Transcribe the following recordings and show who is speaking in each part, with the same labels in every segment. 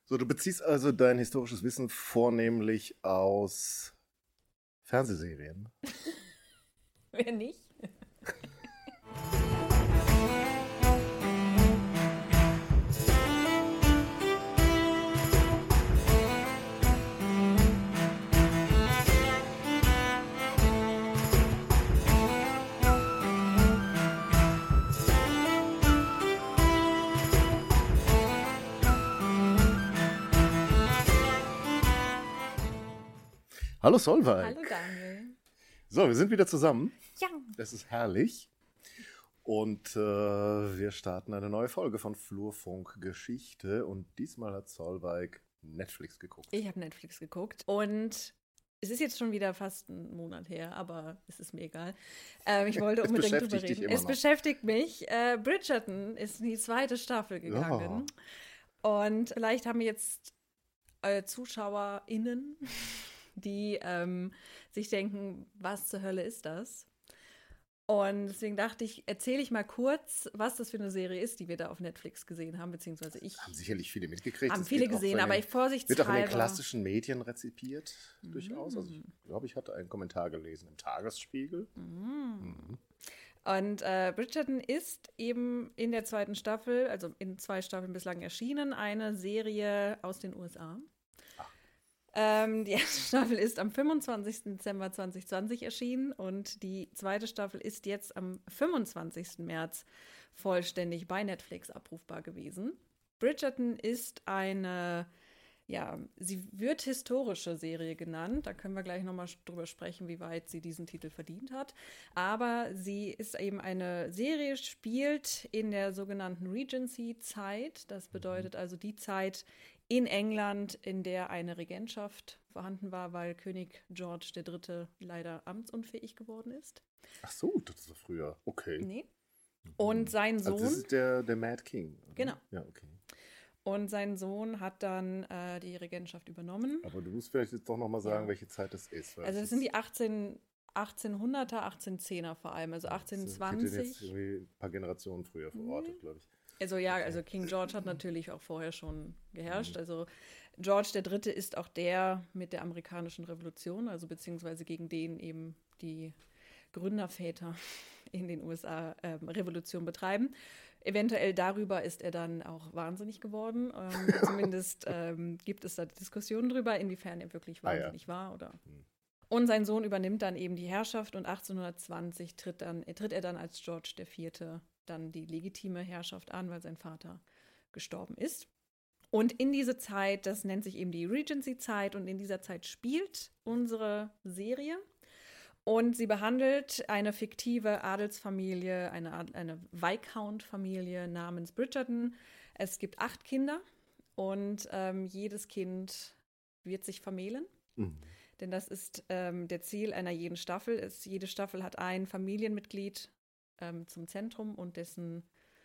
Speaker 1: So, du beziehst also dein historisches Wissen vornehmlich aus Fernsehserien.
Speaker 2: Wer nicht?
Speaker 1: Hallo Solveig.
Speaker 2: Hallo Daniel.
Speaker 1: So, wir sind wieder zusammen.
Speaker 2: Ja.
Speaker 1: Das ist herrlich. Und wir starten eine neue Folge von Flurfunk Geschichte. Und diesmal hat Solveig Netflix geguckt.
Speaker 2: Ich habe Netflix geguckt und es ist jetzt schon wieder fast ein Monat her, aber es ist mir egal. Ich wollte unbedingt drüber reden. Es beschäftigt mich. Bridgerton ist in die zweite Staffel gegangen. Ja. Und vielleicht haben wir jetzt ZuschauerInnen, die sich denken, was zur Hölle ist das? Und deswegen dachte ich, erzähle ich mal kurz, was das für eine Serie ist, die wir da auf Netflix gesehen haben, beziehungsweise ich.
Speaker 1: Haben sicherlich viele mitgekriegt.
Speaker 2: Haben viele gesehen, aber ich vorsichtshalber.
Speaker 1: Wird auch in den klassischen Medien rezipiert, durchaus. Also ich glaube, ich hatte einen Kommentar gelesen im Tagesspiegel.
Speaker 2: Und Bridgerton ist eben in der zweiten Staffel, also in 2 Staffeln bislang erschienen, eine Serie aus den USA. Die erste Staffel ist am 25. Dezember 2020 erschienen und die zweite Staffel ist jetzt am 25. März vollständig bei Netflix abrufbar gewesen. Bridgerton ist eine, sie wird historische Serie genannt. Da können wir gleich nochmal drüber sprechen, wie weit sie diesen Titel verdient hat. Aber sie ist eben eine Serie, spielt in der sogenannten Regency-Zeit. Das bedeutet also die Zeit in England, in der eine Regentschaft vorhanden war, weil König George III. Leider amtsunfähig geworden ist.
Speaker 1: Ach so, das war früher. Okay.
Speaker 2: Nee. Und sein Sohn.
Speaker 1: Also das ist der Mad King. Oder?
Speaker 2: Genau.
Speaker 1: Ja, okay.
Speaker 2: Und sein Sohn hat dann die Regentschaft übernommen.
Speaker 1: Aber du musst vielleicht jetzt doch nochmal sagen, welche Zeit das ist.
Speaker 2: Also das sind die 1800er, 1810er vor allem, also 1820.
Speaker 1: Ich hätte jetzt irgendwie ein paar Generationen früher verortet, glaube ich.
Speaker 2: Also also King George hat natürlich auch vorher schon geherrscht. Also George III. Ist auch der mit der amerikanischen Revolution, also beziehungsweise gegen den eben die Gründerväter in den USA Revolution betreiben. Eventuell darüber ist er dann auch wahnsinnig geworden. Zumindest gibt es da Diskussionen drüber, inwiefern er wirklich wahnsinnig war. Und sein Sohn übernimmt dann eben die Herrschaft und 1820 tritt er dann als George IV. Dann die legitime Herrschaft an, weil sein Vater gestorben ist. Und in diese Zeit, das nennt sich eben die Regency-Zeit, und in dieser Zeit spielt unsere Serie. Und sie behandelt eine fiktive Adelsfamilie, eine Viscount-Familie namens Bridgerton. Es gibt 8 Kinder und jedes Kind wird sich vermählen. Denn das ist der Ziel einer jeden Staffel. Jede Staffel hat ein Familienmitglied zum Zentrum und deren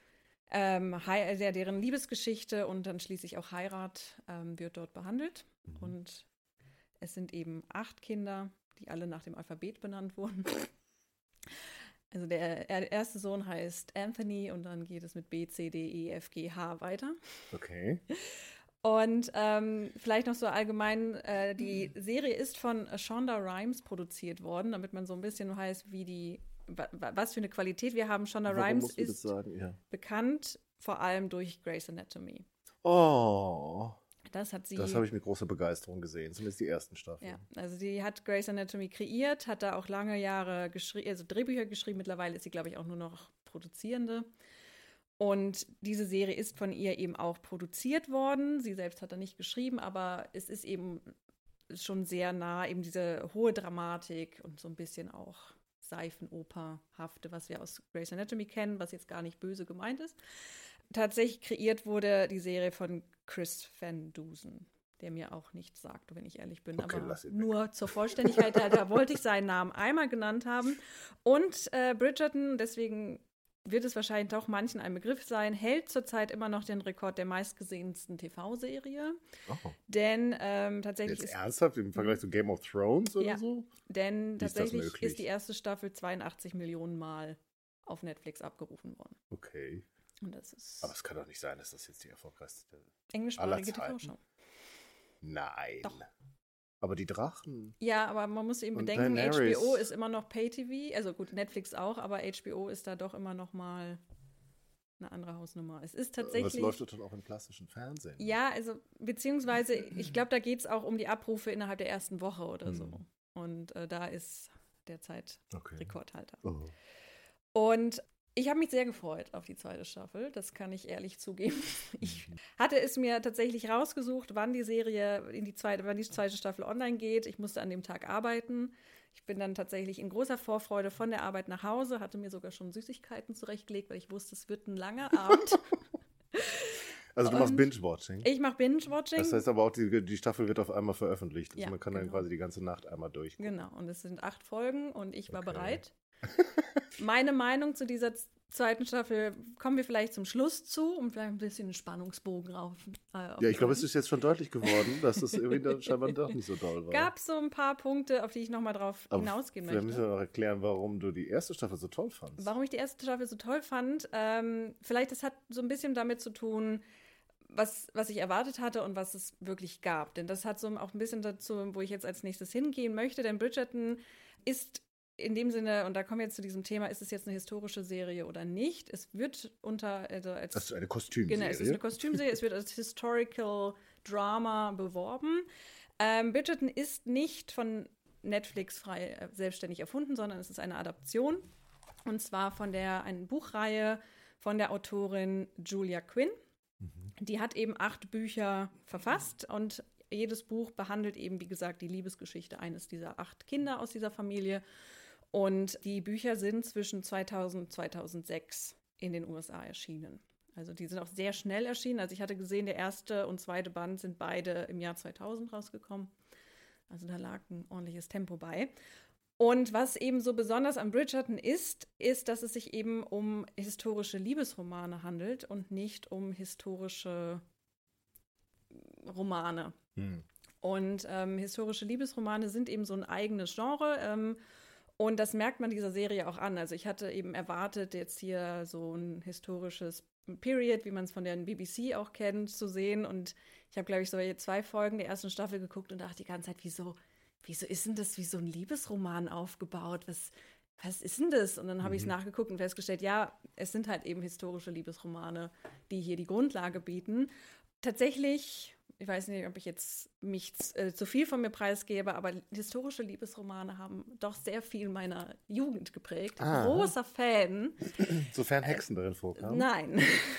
Speaker 2: Liebesgeschichte und dann schließlich auch Heirat wird dort behandelt. Und es sind eben 8 Kinder, die alle nach dem Alphabet benannt wurden. Also der erste Sohn heißt Anthony und dann geht es mit B, C, D, E, F, G, H weiter.
Speaker 1: Okay.
Speaker 2: Und vielleicht noch so allgemein, die Serie ist von Shonda Rhimes produziert worden, damit man so ein bisschen weiß, was für eine Qualität wir haben. Shonda Rhimes ist bekannt, vor allem durch Grey's Anatomy.
Speaker 1: Oh,
Speaker 2: das
Speaker 1: habe ich mit großer Begeisterung gesehen, zumindest die ersten Staffeln.
Speaker 2: Ja, also sie hat Grey's Anatomy kreiert, hat da auch lange Jahre Drehbücher geschrieben. Mittlerweile ist sie, glaube ich, auch nur noch Produzierende. Und diese Serie ist von ihr eben auch produziert worden. Sie selbst hat da nicht geschrieben, aber es ist eben schon sehr nah, eben diese hohe Dramatik und so ein bisschen auch Seifenoperhafte, was wir aus Grey's Anatomy kennen, was jetzt gar nicht böse gemeint ist. Tatsächlich kreiert wurde die Serie von Chris Van Dusen, der mir auch nichts sagt, wenn ich ehrlich bin.
Speaker 1: Okay,
Speaker 2: aber nur zur Vollständigkeit, da wollte ich seinen Namen einmal genannt haben. Und Bridgerton, deswegen wird es wahrscheinlich doch manchen ein Begriff sein, hält zurzeit immer noch den Rekord der meistgesehensten TV-Serie. Oh. Denn tatsächlich
Speaker 1: jetzt ernsthaft im Vergleich zu Game of Thrones oder so?
Speaker 2: Denn tatsächlich ist die erste Staffel 82 Millionen Mal auf Netflix abgerufen worden.
Speaker 1: Okay.
Speaker 2: Und das ist
Speaker 1: aber es kann doch nicht sein, dass das jetzt die erfolgreichste
Speaker 2: englischsprachige TV-Show.
Speaker 1: Nein.
Speaker 2: Doch.
Speaker 1: Aber die Drachen.
Speaker 2: Ja, aber man muss eben
Speaker 1: Und
Speaker 2: bedenken,
Speaker 1: Daenerys.
Speaker 2: HBO ist immer noch Pay-TV, also gut, Netflix auch, aber HBO ist da doch immer noch mal eine andere Hausnummer. Es ist
Speaker 1: Aber es
Speaker 2: tatsächlich...
Speaker 1: läuft doch dann auch im klassischen Fernsehen.
Speaker 2: Ja, also beziehungsweise, ich glaube, da geht es auch um die Abrufe innerhalb der ersten Woche oder so. Und da ist derzeit Rekordhalter.
Speaker 1: Oh.
Speaker 2: Und ich habe mich sehr gefreut auf die zweite Staffel, das kann ich ehrlich zugeben. Ich hatte es mir tatsächlich rausgesucht, wann die zweite Staffel online geht. Ich musste an dem Tag arbeiten. Ich bin dann tatsächlich in großer Vorfreude von der Arbeit nach Hause, hatte mir sogar schon Süßigkeiten zurechtgelegt, weil ich wusste, es wird ein langer Abend.
Speaker 1: Also du machst Binge-Watching?
Speaker 2: Ich mache Binge-Watching.
Speaker 1: Das heißt aber auch, die Staffel wird auf einmal veröffentlicht. Also
Speaker 2: Ja,
Speaker 1: man kann
Speaker 2: genau.
Speaker 1: dann quasi die ganze Nacht einmal durchgucken.
Speaker 2: Genau, und es sind 8 Folgen und ich war bereit. Meine Meinung zu dieser zweiten Staffel kommen wir vielleicht zum Schluss zu, um vielleicht ein bisschen einen Spannungsbogen
Speaker 1: Ja, ich glaube, es ist jetzt schon deutlich geworden, dass das irgendwie dann scheinbar doch nicht so toll war.
Speaker 2: Gab so ein paar Punkte, auf die ich nochmal drauf hinausgehen möchte.
Speaker 1: Wir müssen noch erklären, warum du die erste Staffel so toll fandst.
Speaker 2: Warum ich die erste Staffel so toll fand? Vielleicht, das hat so ein bisschen damit zu tun, was ich erwartet hatte und was es wirklich gab. Denn das hat so auch ein bisschen dazu, wo ich jetzt als nächstes hingehen möchte. Denn Bridgerton ist in dem Sinne, und da kommen wir jetzt zu diesem Thema, ist es jetzt eine historische Serie oder nicht? Es wird
Speaker 1: das ist eine Kostümserie.
Speaker 2: Genau, es ist eine Kostümserie. Es wird als Historical Drama beworben. Bridgerton ist nicht von Netflix frei selbstständig erfunden, sondern es ist eine Adaption. Und zwar von einer Buchreihe von der Autorin Julia Quinn. Die hat eben 8 Bücher verfasst und jedes Buch behandelt eben, wie gesagt, die Liebesgeschichte eines dieser 8 Kinder aus dieser Familie. Und die Bücher sind zwischen 2000 und 2006 in den USA erschienen. Also die sind auch sehr schnell erschienen. Also ich hatte gesehen, der erste und zweite Band sind beide im Jahr 2000 rausgekommen. Also da lag ein ordentliches Tempo bei. Und was eben so besonders an Bridgerton ist, dass es sich eben um historische Liebesromane handelt und nicht um historische Romane. Und historische Liebesromane sind eben so ein eigenes Genre. Und das merkt man dieser Serie auch an. Also ich hatte eben erwartet, jetzt hier so ein historisches Period, wie man es von der BBC auch kennt, zu sehen. Und ich habe, glaube ich, so 2 Folgen der ersten Staffel geguckt und dachte die ganze Zeit, wieso ist denn das wie so ein Liebesroman aufgebaut? Was ist denn das? Und dann habe ich es nachgeguckt und festgestellt, ja, es sind halt eben historische Liebesromane, die hier die Grundlage bieten. Tatsächlich, ich weiß nicht, ob ich jetzt mich zu viel von mir preisgebe, aber historische Liebesromane haben doch sehr viel meiner Jugend geprägt. Großer Fan.
Speaker 1: Sofern Hexen darin vorkamen?
Speaker 2: Nein.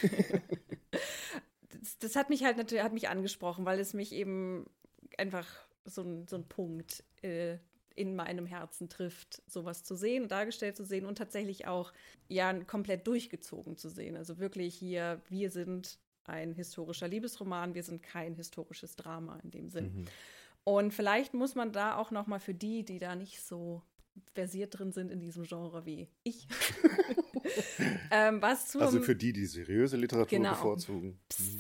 Speaker 2: Das hat mich halt natürlich angesprochen, weil es mich eben einfach so ein Punkt in meinem Herzen trifft, sowas zu sehen, dargestellt zu sehen und tatsächlich auch ja komplett durchgezogen zu sehen. Also wirklich hier, wir sind ein historischer Liebesroman, wir sind kein historisches Drama in dem Sinn. Und vielleicht muss man da auch noch mal für die da nicht so versiert drin sind in diesem Genre wie ich.
Speaker 1: Also für die seriöse Literatur bevorzugen.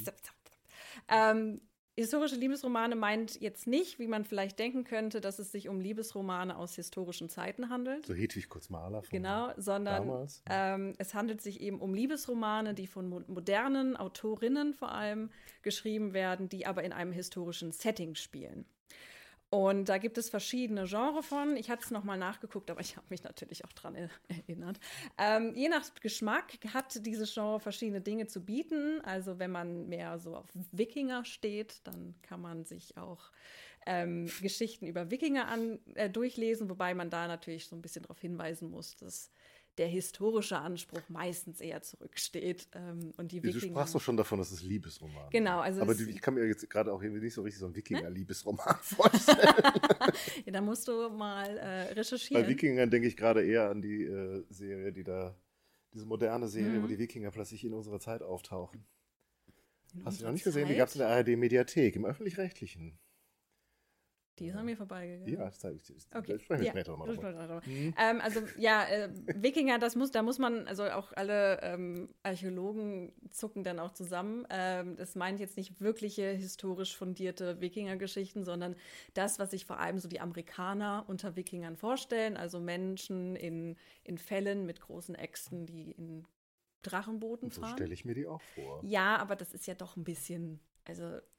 Speaker 2: Historische Liebesromane meint jetzt nicht, wie man vielleicht denken könnte, dass es sich um Liebesromane aus historischen Zeiten handelt.
Speaker 1: So Hedwig Kurz-Mahler von
Speaker 2: sondern
Speaker 1: damals.
Speaker 2: Es handelt sich eben um Liebesromane, die von modernen Autorinnen vor allem geschrieben werden, die aber in einem historischen Setting spielen. Und da gibt es verschiedene Genres von. Ich hatte es nochmal nachgeguckt, aber ich habe mich natürlich auch dran erinnert. Je nach Geschmack hat dieses Genre verschiedene Dinge zu bieten. Also wenn man mehr so auf Wikinger steht, dann kann man sich auch Geschichten über Wikinger durchlesen, wobei man da natürlich so ein bisschen darauf hinweisen muss, dass der historische Anspruch meistens eher zurücksteht. Und die
Speaker 1: Du sprachst doch schon davon, dass es Liebesroman.
Speaker 2: Genau. Also
Speaker 1: aber ich kann mir jetzt gerade auch irgendwie nicht so richtig so einen Wikinger-Liebesroman vorstellen.
Speaker 2: Ja, da musst du mal recherchieren.
Speaker 1: Bei Wikingern denke ich gerade eher an die Serie, diese moderne Serie, wo die Wikinger plötzlich in unserer Zeit auftauchen. Hast du noch nicht gesehen? Die gab es in der ARD-Mediathek, im Öffentlich-Rechtlichen.
Speaker 2: Die ist an mir vorbeigegangen.
Speaker 1: Ja, das zeige ich dir.
Speaker 2: Okay.
Speaker 1: Da sprechen wir später nochmal drüber.
Speaker 2: Also ja, Wikinger, da muss man, also auch alle Archäologen zucken dann auch zusammen. Das meint jetzt nicht wirkliche historisch fundierte Wikinger-Geschichten, sondern das, was sich vor allem so die Amerikaner unter Wikingern vorstellen, also Menschen in Fällen mit großen Äxten, die in Drachenbooten fahren.
Speaker 1: So stelle ich mir die auch vor.
Speaker 2: Ja, aber das ist ja doch ein bisschen, also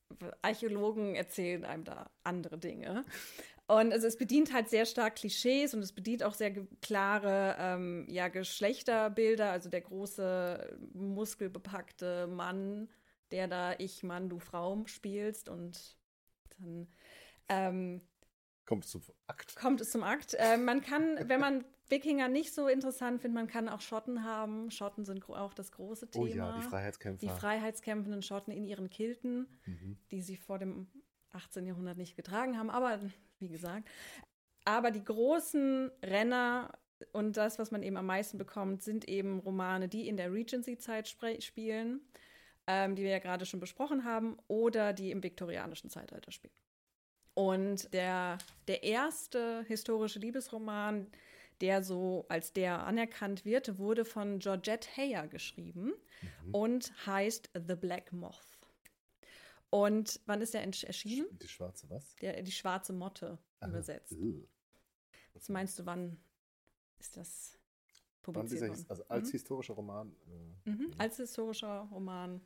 Speaker 2: Archäologen erzählen einem da andere Dinge. Und also es bedient halt sehr stark Klischees und es bedient auch sehr klare Geschlechterbilder. Also der große, muskelbepackte Mann, der da Ich-Mann, du Frau spielst und dann
Speaker 1: kommt es zum Akt.
Speaker 2: Man kann, wenn man Wikinger nicht so interessant findet, man kann auch Schotten haben. Schotten sind auch das große Thema.
Speaker 1: Oh ja, die Freiheitskämpfer.
Speaker 2: Die freiheitskämpfenden Schotten in ihren Kilten, die sie vor dem 18. Jahrhundert nicht getragen haben. Aber wie gesagt, die großen Renner und das, was man eben am meisten bekommt, sind eben Romane, die in der Regency-Zeit spielen, die wir ja gerade schon besprochen haben, oder die im viktorianischen Zeitalter spielen. Und der erste historische Liebesroman, der so als der anerkannt wird, wurde von Georgette Heyer geschrieben und heißt The Black Moth. Und wann ist der erschienen?
Speaker 1: Die schwarze was?
Speaker 2: Die schwarze Motte übersetzt. Was meinst du, wann ist das publiziert worden?
Speaker 1: Also als historischer Roman?
Speaker 2: Als historischer Roman.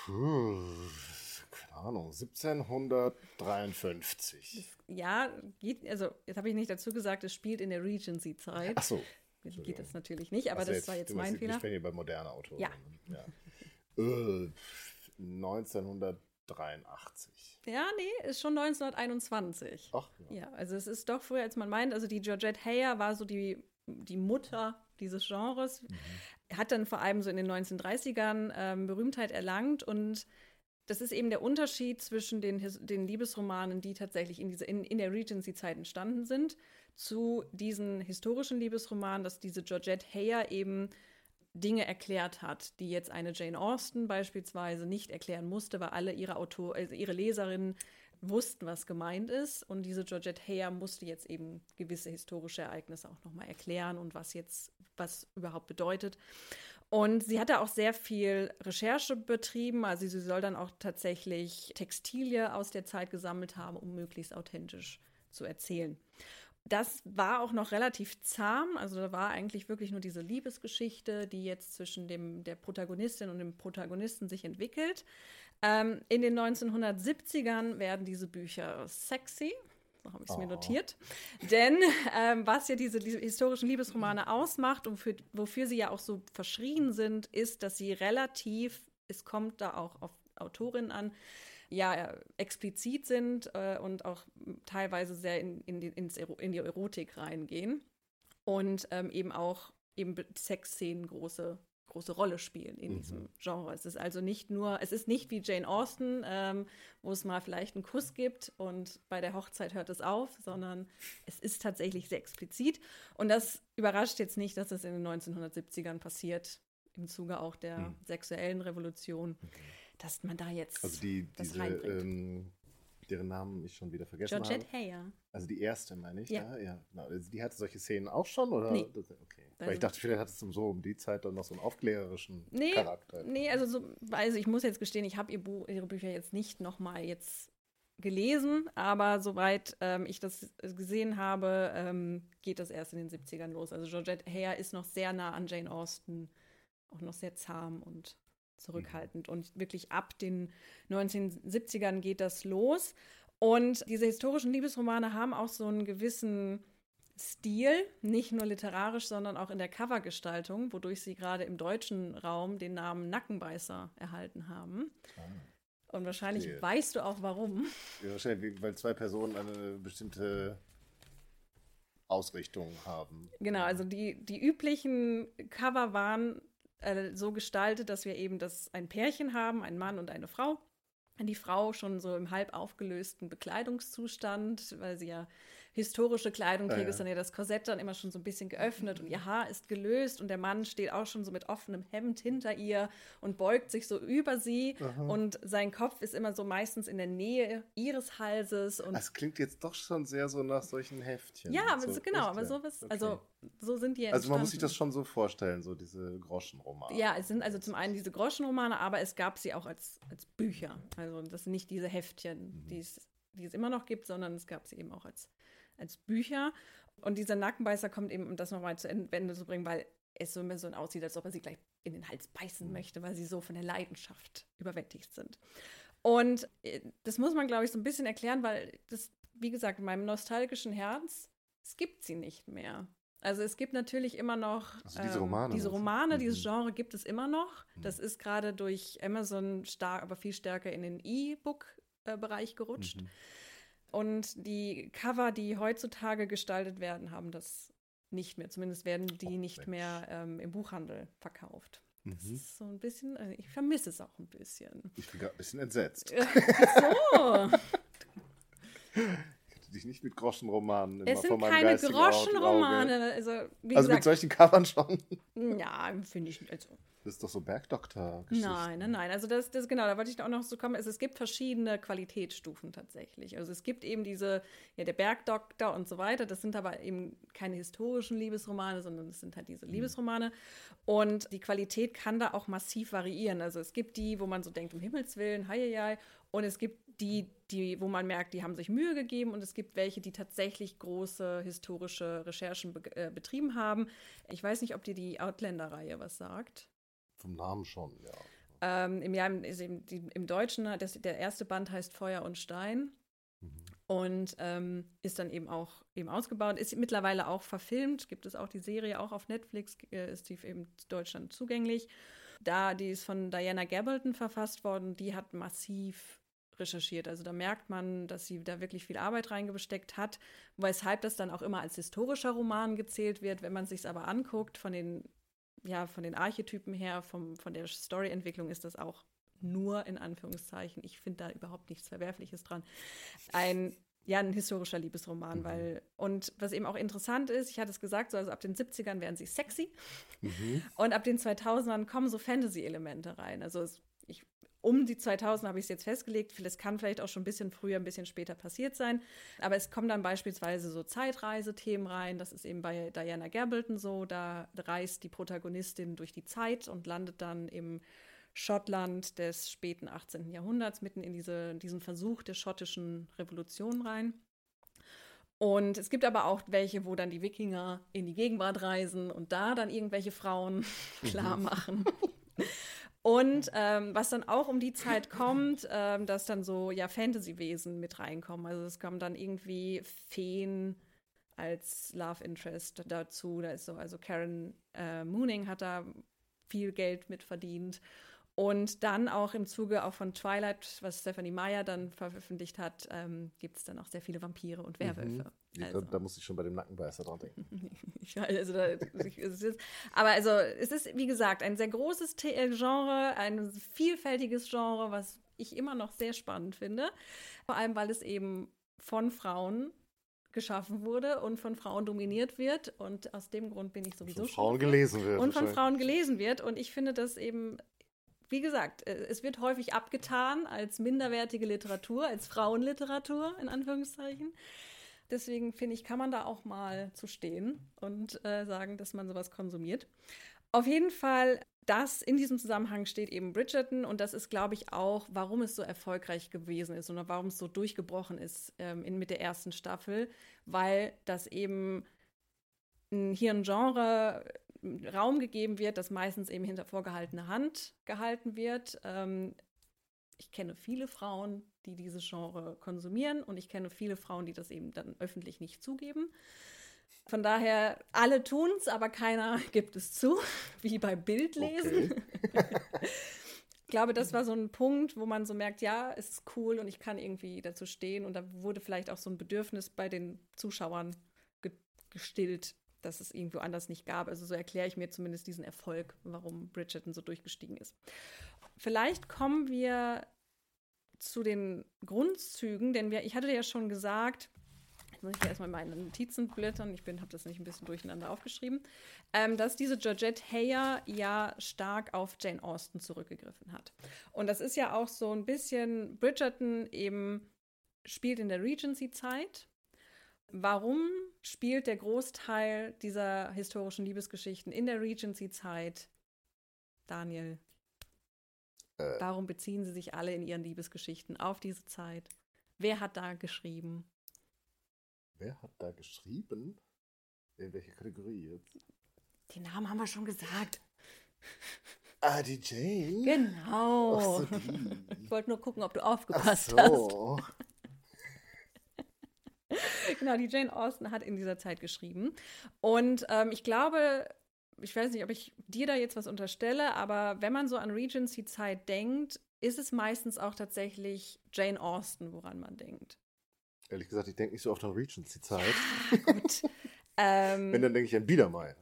Speaker 1: Keine Ahnung, 1753.
Speaker 2: Also jetzt habe ich nicht dazu gesagt, es spielt in der Regency-Zeit.
Speaker 1: Ach so.
Speaker 2: Geht das natürlich nicht, aber das war jetzt mein Fehler.
Speaker 1: Ich spreche hier bei modernen Autoren.
Speaker 2: Ja.
Speaker 1: 1983.
Speaker 2: Ja, nee, ist schon 1921.
Speaker 1: Ach,
Speaker 2: ja. Also es ist doch früher, als man meint. Also die Georgette Heyer war so die Mutter dieses Genres. Hat dann vor allem so in den 1930ern Berühmtheit erlangt und das ist eben der Unterschied zwischen den Liebesromanen, die tatsächlich in der Regency-Zeit entstanden sind, zu diesen historischen Liebesromanen, dass diese Georgette Heyer eben Dinge erklärt hat, die jetzt eine Jane Austen beispielsweise nicht erklären musste, weil alle ihre Leserinnen wussten, was gemeint ist. Und diese Georgette Heyer musste jetzt eben gewisse historische Ereignisse auch nochmal erklären und was überhaupt bedeutet. Und sie hat da auch sehr viel Recherche betrieben. Also sie soll dann auch tatsächlich Textilien aus der Zeit gesammelt haben, um möglichst authentisch zu erzählen. Das war auch noch relativ zahm. Also da war eigentlich wirklich nur diese Liebesgeschichte, die jetzt zwischen der Protagonistin und dem Protagonisten sich entwickelt. In den 1970ern werden diese Bücher sexy. So habe ich es mir notiert. Denn was ja diese historischen Liebesromane ausmacht und wofür sie ja auch so verschrien sind, ist, dass sie es kommt da auch auf Autorinnen an, explizit sind und auch teilweise sehr in die Erotik reingehen und eben Sexszenen große Rolle spielen in diesem Genre. Es ist also nicht wie Jane Austen, wo es mal vielleicht einen Kuss gibt und bei der Hochzeit hört es auf, sondern es ist tatsächlich sehr explizit. Und das überrascht jetzt nicht, dass es in den 1970ern passiert, im Zuge auch der sexuellen Revolution, dass man da jetzt das reinbringt.
Speaker 1: Deren Namen ich schon wieder vergessen habe.
Speaker 2: Georgette Heyer.
Speaker 1: Also die erste, meine ich.
Speaker 2: Ja.
Speaker 1: Genau. Also die hatte solche Szenen auch schon? Oder?
Speaker 2: Nee.
Speaker 1: Okay. Weil ich dachte, vielleicht hat es so um die Zeit dann noch so einen aufklärerischen Charakter.
Speaker 2: Nee, also ich muss jetzt gestehen, ich habe ihre Bücher jetzt nicht nochmal jetzt gelesen, aber soweit ich das gesehen habe, geht das erst in den 70ern los. Also Georgette Heyer ist noch sehr nah an Jane Austen, auch noch sehr zahm und zurückhaltend. Und wirklich ab den 1970ern geht das los. Und diese historischen Liebesromane haben auch so einen gewissen Stil, nicht nur literarisch, sondern auch in der Covergestaltung, wodurch sie gerade im deutschen Raum den Namen Nackenbeißer erhalten haben. Und wahrscheinlich weißt du auch, warum.
Speaker 1: Ja, wahrscheinlich, weil zwei Personen eine bestimmte Ausrichtung haben.
Speaker 2: Genau, also die üblichen Cover waren so gestaltet, dass wir eben ein Pärchen haben, ein Mann und eine Frau. Die Frau schon so im halb aufgelösten Bekleidungszustand, weil sie ja historische Kleidung trägt, ist dann ja das Korsett dann immer schon so ein bisschen geöffnet und ihr Haar ist gelöst und der Mann steht auch schon so mit offenem Hemd hinter ihr und beugt sich so über sie und sein Kopf ist immer so meistens in der Nähe ihres Halses. Und
Speaker 1: das klingt jetzt doch schon sehr so nach solchen Heftchen.
Speaker 2: Ja, aber aber sowas, also so sind die entstanden.
Speaker 1: Also man muss sich das schon so vorstellen, so diese Groschenromane.
Speaker 2: Ja, es sind also zum einen diese Groschenromane, aber es gab sie auch als Bücher. Also das sind nicht diese Heftchen, die es immer noch gibt, sondern es gab sie eben auch als Bücher. Und dieser Nackenbeißer kommt eben, um das nochmal zu Ende zu bringen, weil es so aussieht, als ob er sie gleich in den Hals beißen möchte, weil sie so von der Leidenschaft überwältigt sind. Und das muss man, glaube ich, so ein bisschen erklären, weil das, wie gesagt, in meinem nostalgischen Herz, es gibt sie nicht mehr. Also es gibt natürlich immer noch
Speaker 1: also diese
Speaker 2: Romane, dieses Genre gibt es immer noch. Das ist gerade durch Amazon aber viel stärker in den E-Book-Bereich gerutscht. Und die Cover, die heutzutage gestaltet werden, haben das nicht mehr. Zumindest werden die nicht mehr im Buchhandel verkauft. Das ist so ein bisschen, ich vermisse es auch ein bisschen.
Speaker 1: Ich bin gerade ein bisschen entsetzt.
Speaker 2: So.
Speaker 1: Ich hätte dich nicht mit Groschenromanen
Speaker 2: Es sind keine Groschenromane. Also
Speaker 1: mit solchen Covern schon?
Speaker 2: Ja, finde ich. Also.
Speaker 1: Das ist doch so Bergdoktor-Geschichten.
Speaker 2: Nein. Also das genau, da wollte ich auch noch so kommen. Es gibt verschiedene Qualitätsstufen tatsächlich. Also es gibt eben der Bergdoktor und so weiter. Das sind aber eben keine historischen Liebesromane, sondern es sind halt diese Liebesromane. Und die Qualität kann da auch massiv variieren. Also es gibt die, wo man so denkt, um Himmels Willen, heieiei. Und es gibt die, wo man merkt, die haben sich Mühe gegeben. Und es gibt welche, die tatsächlich große historische Recherchen betrieben haben. Ich weiß nicht, ob dir die Outlander-Reihe was sagt.
Speaker 1: Vom Namen schon, ja.
Speaker 2: Im Deutschen, der erste Band heißt Feuer und Stein und ist dann eben auch ausgebaut, ist mittlerweile auch verfilmt, gibt es auch die Serie, auch auf Netflix ist die in Deutschland zugänglich. Die ist von Diana Gabaldon verfasst worden, die hat massiv recherchiert. Also da merkt man, dass sie da wirklich viel Arbeit reingesteckt hat, weshalb das dann auch immer als historischer Roman gezählt wird. Wenn man sich es aber anguckt, von den Archetypen her, von der Storyentwicklung ist das auch nur in Anführungszeichen. Ich finde da überhaupt nichts Verwerfliches dran. Ein historischer Liebesroman, und was eben auch interessant ist, ich hatte es gesagt, so, also ab den 70ern werden sie sexy und ab den 2000ern kommen so Fantasy-Elemente rein. Also um die 2000 habe ich es jetzt festgelegt. Es kann vielleicht auch schon ein bisschen früher, ein bisschen später passiert sein. Aber es kommen dann beispielsweise so Zeitreisethemen rein. Das ist eben bei Diana Gabaldon so. Da reist die Protagonistin durch die Zeit und landet dann im Schottland des späten 18. Jahrhunderts, mitten in diesen Versuch der schottischen Revolution rein. Und es gibt aber auch welche, wo dann die Wikinger in die Gegenwart reisen und da dann irgendwelche Frauen klar machen. Und was dann auch um die Zeit kommt, dass dann so Fantasy-Wesen mit reinkommen. Also es kommen dann irgendwie Feen als Love Interest dazu. Da ist so, also Karen Mooning hat da viel Geld mit verdient. Und dann auch im Zuge auch von Twilight, was Stephenie Meyer dann veröffentlicht hat, gibt es dann auch sehr viele Vampire und Werwölfe. Also.
Speaker 1: Da muss ich schon bei dem Nackenbeißer dran denken.
Speaker 2: Aber es ist, wie gesagt, ein sehr großes Genre, ein vielfältiges Genre, was ich immer noch sehr spannend finde. Vor allem, weil es eben von Frauen geschaffen wurde und von Frauen dominiert wird. Und aus dem Grund bin ich sowieso
Speaker 1: schon. Von Frauen gelesen wird.
Speaker 2: Und von Frauen gelesen wird. Und ich finde das eben, wie gesagt, es wird häufig abgetan als minderwertige Literatur, als Frauenliteratur, in Anführungszeichen. Deswegen finde ich, kann man da auch mal zu stehen und sagen, dass man sowas konsumiert. Auf jeden Fall, in diesem Zusammenhang steht eben Bridgerton und das ist, glaube ich, auch, warum es so erfolgreich gewesen ist oder warum es so durchgebrochen ist mit der ersten Staffel, weil das eben hier ein Genre Raum gegeben wird, das meistens eben hinter vorgehaltener Hand gehalten wird. Ich kenne viele Frauen, die dieses Genre konsumieren und ich kenne viele Frauen, die das eben dann öffentlich nicht zugeben. Von daher, alle tun es, aber keiner gibt es zu, wie bei Bildlesen. Okay. Ich glaube, das war so ein Punkt, wo man so merkt, ja, es ist cool und ich kann irgendwie dazu stehen. Und da wurde vielleicht auch so ein Bedürfnis bei den Zuschauern gestillt, dass es irgendwo anders nicht gab. Also so erkläre ich mir zumindest diesen Erfolg, warum Bridgerton so durchgestiegen ist. Vielleicht kommen wir zu den Grundzügen, denn ich hatte ja schon gesagt, jetzt muss ich erstmal meine Notizen blättern, habe das nicht ein bisschen durcheinander aufgeschrieben, dass diese Georgette Heyer ja stark auf Jane Austen zurückgegriffen hat. Und das ist ja auch so ein bisschen, Bridgerton eben spielt in der Regency-Zeit. Warum spielt der Großteil dieser historischen Liebesgeschichten in der Regency-Zeit? Daniel, warum beziehen sie sich alle in ihren Liebesgeschichten auf diese Zeit? Wer hat da geschrieben?
Speaker 1: Wer hat da geschrieben? In welcher Kategorie jetzt?
Speaker 2: Die Namen haben wir schon gesagt.
Speaker 1: Ah, die Jane?
Speaker 2: Genau.
Speaker 1: Ach so, die.
Speaker 2: Ich wollte nur gucken, ob du aufgepasst
Speaker 1: Ach so.
Speaker 2: hast. Genau, die Jane Austen hat in dieser Zeit geschrieben. Und ich glaube, ich weiß nicht, ob ich dir da jetzt was unterstelle, aber wenn man so an Regency-Zeit denkt, ist es meistens auch tatsächlich Jane Austen, woran man denkt.
Speaker 1: Ehrlich gesagt, ich denke nicht so oft an Regency-Zeit.
Speaker 2: Gut.
Speaker 1: Wenn, dann denke ich an Biedermeier.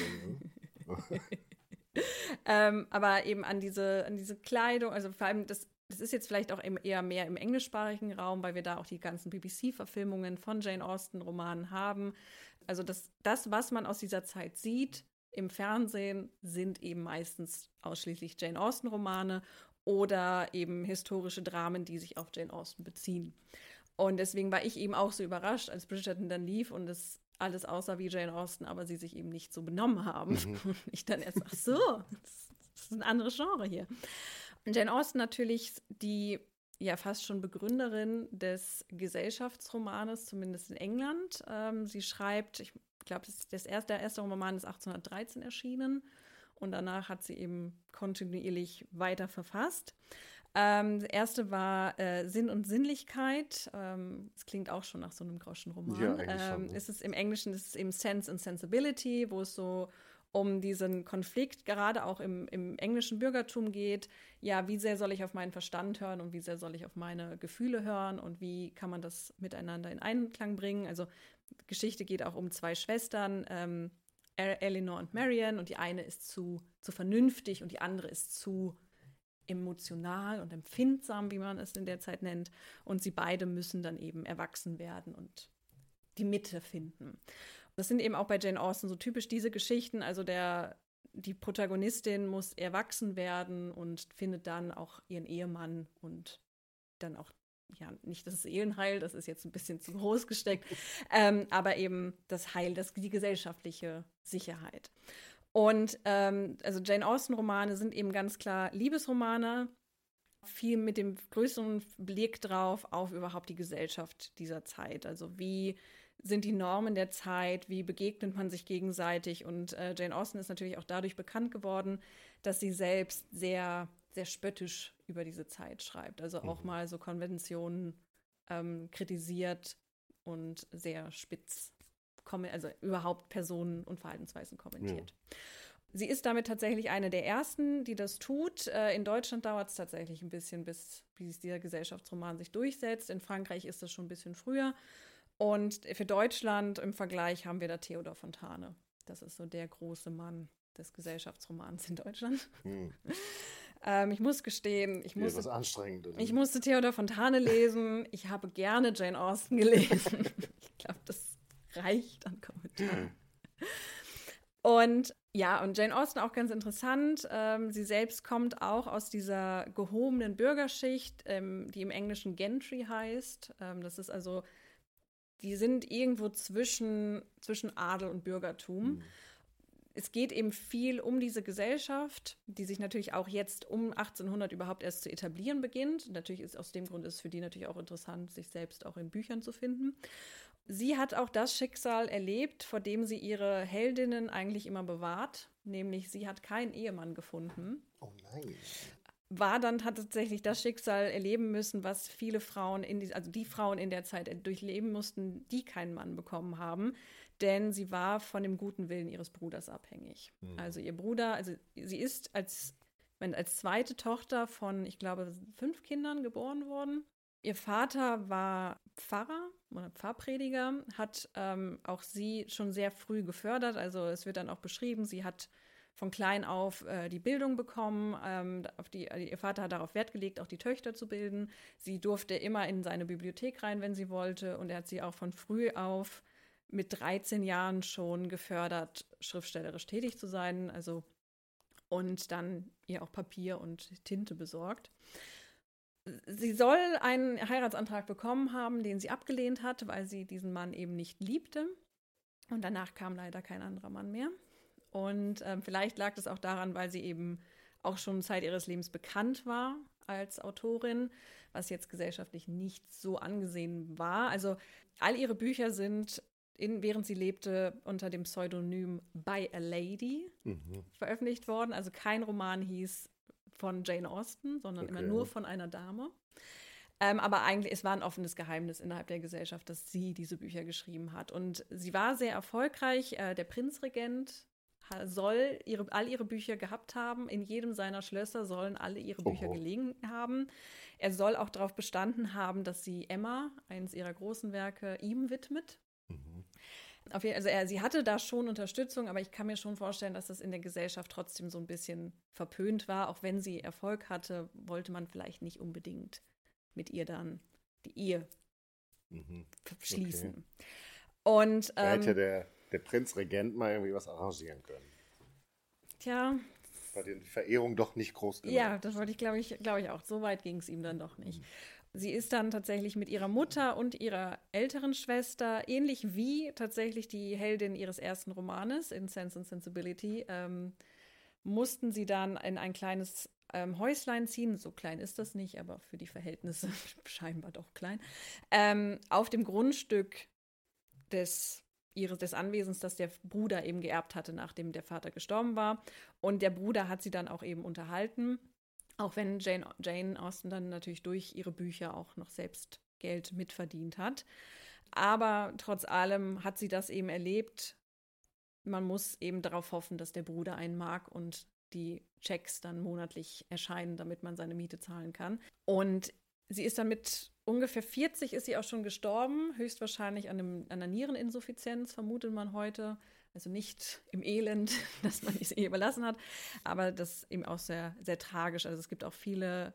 Speaker 2: Aber eben an diese Kleidung, also vor allem das ist jetzt vielleicht auch eher mehr im englischsprachigen Raum, weil wir da auch die ganzen BBC-Verfilmungen von Jane Austen-Romanen haben. Also das, was man aus dieser Zeit sieht im Fernsehen, sind eben meistens ausschließlich Jane Austen-Romane oder eben historische Dramen, die sich auf Jane Austen beziehen. Und deswegen war ich eben auch so überrascht, als Bridgerton dann lief und es alles aussah wie Jane Austen, aber sie sich eben nicht so benommen haben. Und ich dann erst, ach so, das ist ein anderes Genre hier. Und Jane Austen natürlich die ja fast schon Begründerin des Gesellschaftsromanes, zumindest in England. Sie schreibt, ich glaube, der erste Roman ist 1813 erschienen und danach hat sie eben kontinuierlich weiter verfasst. Das erste war Sinn und Sinnlichkeit. Es klingt auch schon nach so einem Groschenroman.
Speaker 1: Ja, eigentlich schon.
Speaker 2: Im Englischen ist es eben Sense and Sensibility, wo es so um diesen Konflikt gerade auch im englischen Bürgertum geht. Ja, wie sehr soll ich auf meinen Verstand hören und wie sehr soll ich auf meine Gefühle hören und wie kann man das miteinander in Einklang bringen? Also Geschichte geht auch um zwei Schwestern, Eleanor und Marianne, und die eine ist zu vernünftig und die andere ist zu emotional und empfindsam, wie man es in der Zeit nennt. Und sie beide müssen dann eben erwachsen werden und die Mitte finden. Das sind eben auch bei Jane Austen so typisch diese Geschichten. Also die Protagonistin muss erwachsen werden und findet dann auch ihren Ehemann und dann auch, ja, nicht das Seelenheil, das ist jetzt ein bisschen zu groß gesteckt, aber eben das Heil, die gesellschaftliche Sicherheit. Und also Jane Austen-Romane sind eben ganz klar Liebesromane, viel mit dem größeren Blick drauf auf überhaupt die Gesellschaft dieser Zeit. Also wie sind die Normen der Zeit, wie begegnet man sich gegenseitig? Und Jane Austen ist natürlich auch dadurch bekannt geworden, dass sie selbst sehr, sehr spöttisch über diese Zeit schreibt. Also auch mal so Konventionen kritisiert und sehr spitz also überhaupt Personen und Verhaltensweisen kommentiert. Ja. Sie ist damit tatsächlich eine der ersten, die das tut. In Deutschland dauert es tatsächlich ein bisschen, bis dieser Gesellschaftsroman sich durchsetzt. In Frankreich ist das schon ein bisschen früher. Und für Deutschland im Vergleich haben wir da Theodor Fontane. Das ist so der große Mann des Gesellschaftsromans in Deutschland. Ich muss gestehen, ich musste Theodor Fontane lesen. Ich habe gerne Jane Austen gelesen. Ich glaube, das reicht an Kommentaren. Und ja, und Jane Austen auch ganz interessant. Sie selbst kommt auch aus dieser gehobenen Bürgerschicht, die im Englischen Gentry heißt. Das ist also, die sind irgendwo zwischen Adel und Bürgertum. Es geht eben viel um diese Gesellschaft, die sich natürlich auch jetzt um 1800 überhaupt erst zu etablieren beginnt. Natürlich ist aus dem Grund ist es für die natürlich auch interessant, sich selbst auch in Büchern zu finden. Sie hat auch das Schicksal erlebt, vor dem sie ihre Heldinnen eigentlich immer bewahrt, nämlich sie hat keinen Ehemann gefunden.
Speaker 1: Oh nein.
Speaker 2: Hat tatsächlich das Schicksal erleben müssen, was viele Frauen, die Frauen in der Zeit durchleben mussten, die keinen Mann bekommen haben, denn sie war von dem guten Willen ihres Bruders abhängig. Also ihr Bruder, also sie ist als zweite Tochter von, ich glaube, 5 Kindern geboren worden. Ihr Vater war Pfarrer oder Pfarrprediger, hat auch sie schon sehr früh gefördert. Also es wird dann auch beschrieben, sie hat von klein auf die Bildung bekommen. Ihr Vater hat darauf Wert gelegt, auch die Töchter zu bilden. Sie durfte immer in seine Bibliothek rein, wenn sie wollte. Und er hat sie auch von früh auf mit 13 Jahren schon gefördert, schriftstellerisch tätig zu sein. Also, und dann ihr auch Papier und Tinte besorgt. Sie soll einen Heiratsantrag bekommen haben, den sie abgelehnt hat, weil sie diesen Mann eben nicht liebte. Und danach kam leider kein anderer Mann mehr. Und vielleicht lag das auch daran, weil sie eben auch schon Zeit ihres Lebens bekannt war als Autorin, was jetzt gesellschaftlich nicht so angesehen war. Also all ihre Bücher sind während sie lebte, unter dem Pseudonym By a Lady veröffentlicht worden. Also kein Roman hieß von Jane Austen, sondern immer nur von einer Dame. Aber eigentlich, es war ein offenes Geheimnis innerhalb der Gesellschaft, dass sie diese Bücher geschrieben hat. Und sie war sehr erfolgreich. Der Prinzregent soll all ihre Bücher gehabt haben. In jedem seiner Schlösser sollen alle ihre Bücher gelegen haben. Er soll auch darauf bestanden haben, dass sie Emma, eines ihrer großen Werke, ihm widmet. Also sie hatte da schon Unterstützung, aber ich kann mir schon vorstellen, dass das in der Gesellschaft trotzdem so ein bisschen verpönt war. Auch wenn sie Erfolg hatte, wollte man vielleicht nicht unbedingt mit ihr dann die Ehe schließen. Okay.
Speaker 1: Und da hätte der Prinzregent mal irgendwie was arrangieren können.
Speaker 2: Tja.
Speaker 1: War die Verehrung doch nicht groß genug.
Speaker 2: Ja, das wollte ich, glaube ich, auch. So weit ging es ihm dann doch nicht. Sie ist dann tatsächlich mit ihrer Mutter und ihrer älteren Schwester, ähnlich wie tatsächlich die Heldin ihres ersten Romanes, in Sense and Sensibility, mussten sie dann in ein kleines Häuslein ziehen. So klein ist das nicht, aber für die Verhältnisse scheinbar doch klein. Auf dem Grundstück des Anwesens, das der Bruder eben geerbt hatte, nachdem der Vater gestorben war. Und der Bruder hat sie dann auch eben unterhalten. Auch wenn Jane Austen dann natürlich durch ihre Bücher auch noch selbst Geld mitverdient hat. Aber trotz allem hat sie das eben erlebt. Man muss eben darauf hoffen, dass der Bruder einen mag und die Checks dann monatlich erscheinen, damit man seine Miete zahlen kann. Und sie ist dann mit ungefähr 40 ist sie auch schon gestorben, höchstwahrscheinlich an einer Niereninsuffizienz, vermutet man heute. Also nicht im Elend, dass man es ihr überlassen hat, aber das ist eben auch sehr, sehr tragisch. Also es gibt auch viele,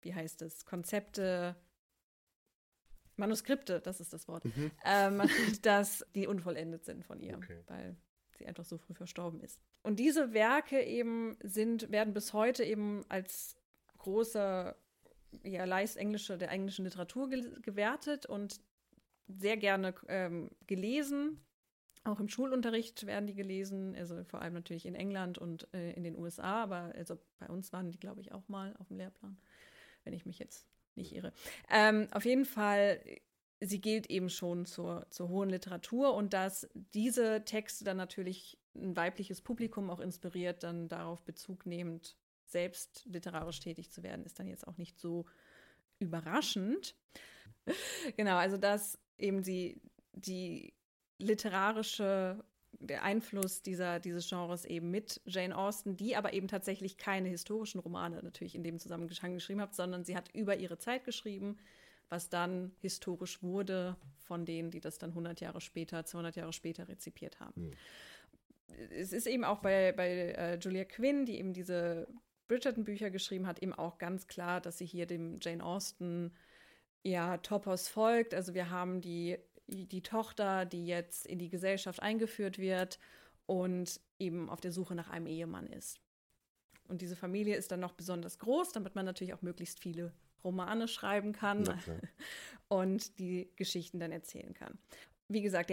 Speaker 2: Manuskripte, das ist das Wort, dass die unvollendet sind von ihr, weil sie einfach so früh verstorben ist. Und diese Werke eben werden bis heute eben als große der englischen Literatur gewertet und sehr gerne gelesen. Auch im Schulunterricht werden die gelesen, also vor allem natürlich in England und in den USA, aber also bei uns waren die, glaube ich, auch mal auf dem Lehrplan, wenn ich mich jetzt nicht irre. Auf jeden Fall, sie gilt eben schon zur hohen Literatur und dass diese Texte dann natürlich ein weibliches Publikum auch inspiriert, dann darauf Bezug nehmend selbst literarisch tätig zu werden, ist dann jetzt auch nicht so überraschend. Genau, also dass eben der Einfluss dieses Genres eben mit Jane Austen, die aber eben tatsächlich keine historischen Romane natürlich in dem Zusammenhang geschrieben hat, sondern sie hat über ihre Zeit geschrieben, was dann historisch wurde von denen, die das dann 200 Jahre später rezipiert haben. Es ist eben auch bei Julia Quinn, die eben diese Bridgerton-Bücher geschrieben hat, eben auch ganz klar, dass sie hier dem Jane Austen Topos folgt. Also wir haben die Tochter, die jetzt in die Gesellschaft eingeführt wird und eben auf der Suche nach einem Ehemann ist. Und diese Familie ist dann noch besonders groß, damit man natürlich auch möglichst viele Romane schreiben kann und die Geschichten dann erzählen kann. Wie gesagt,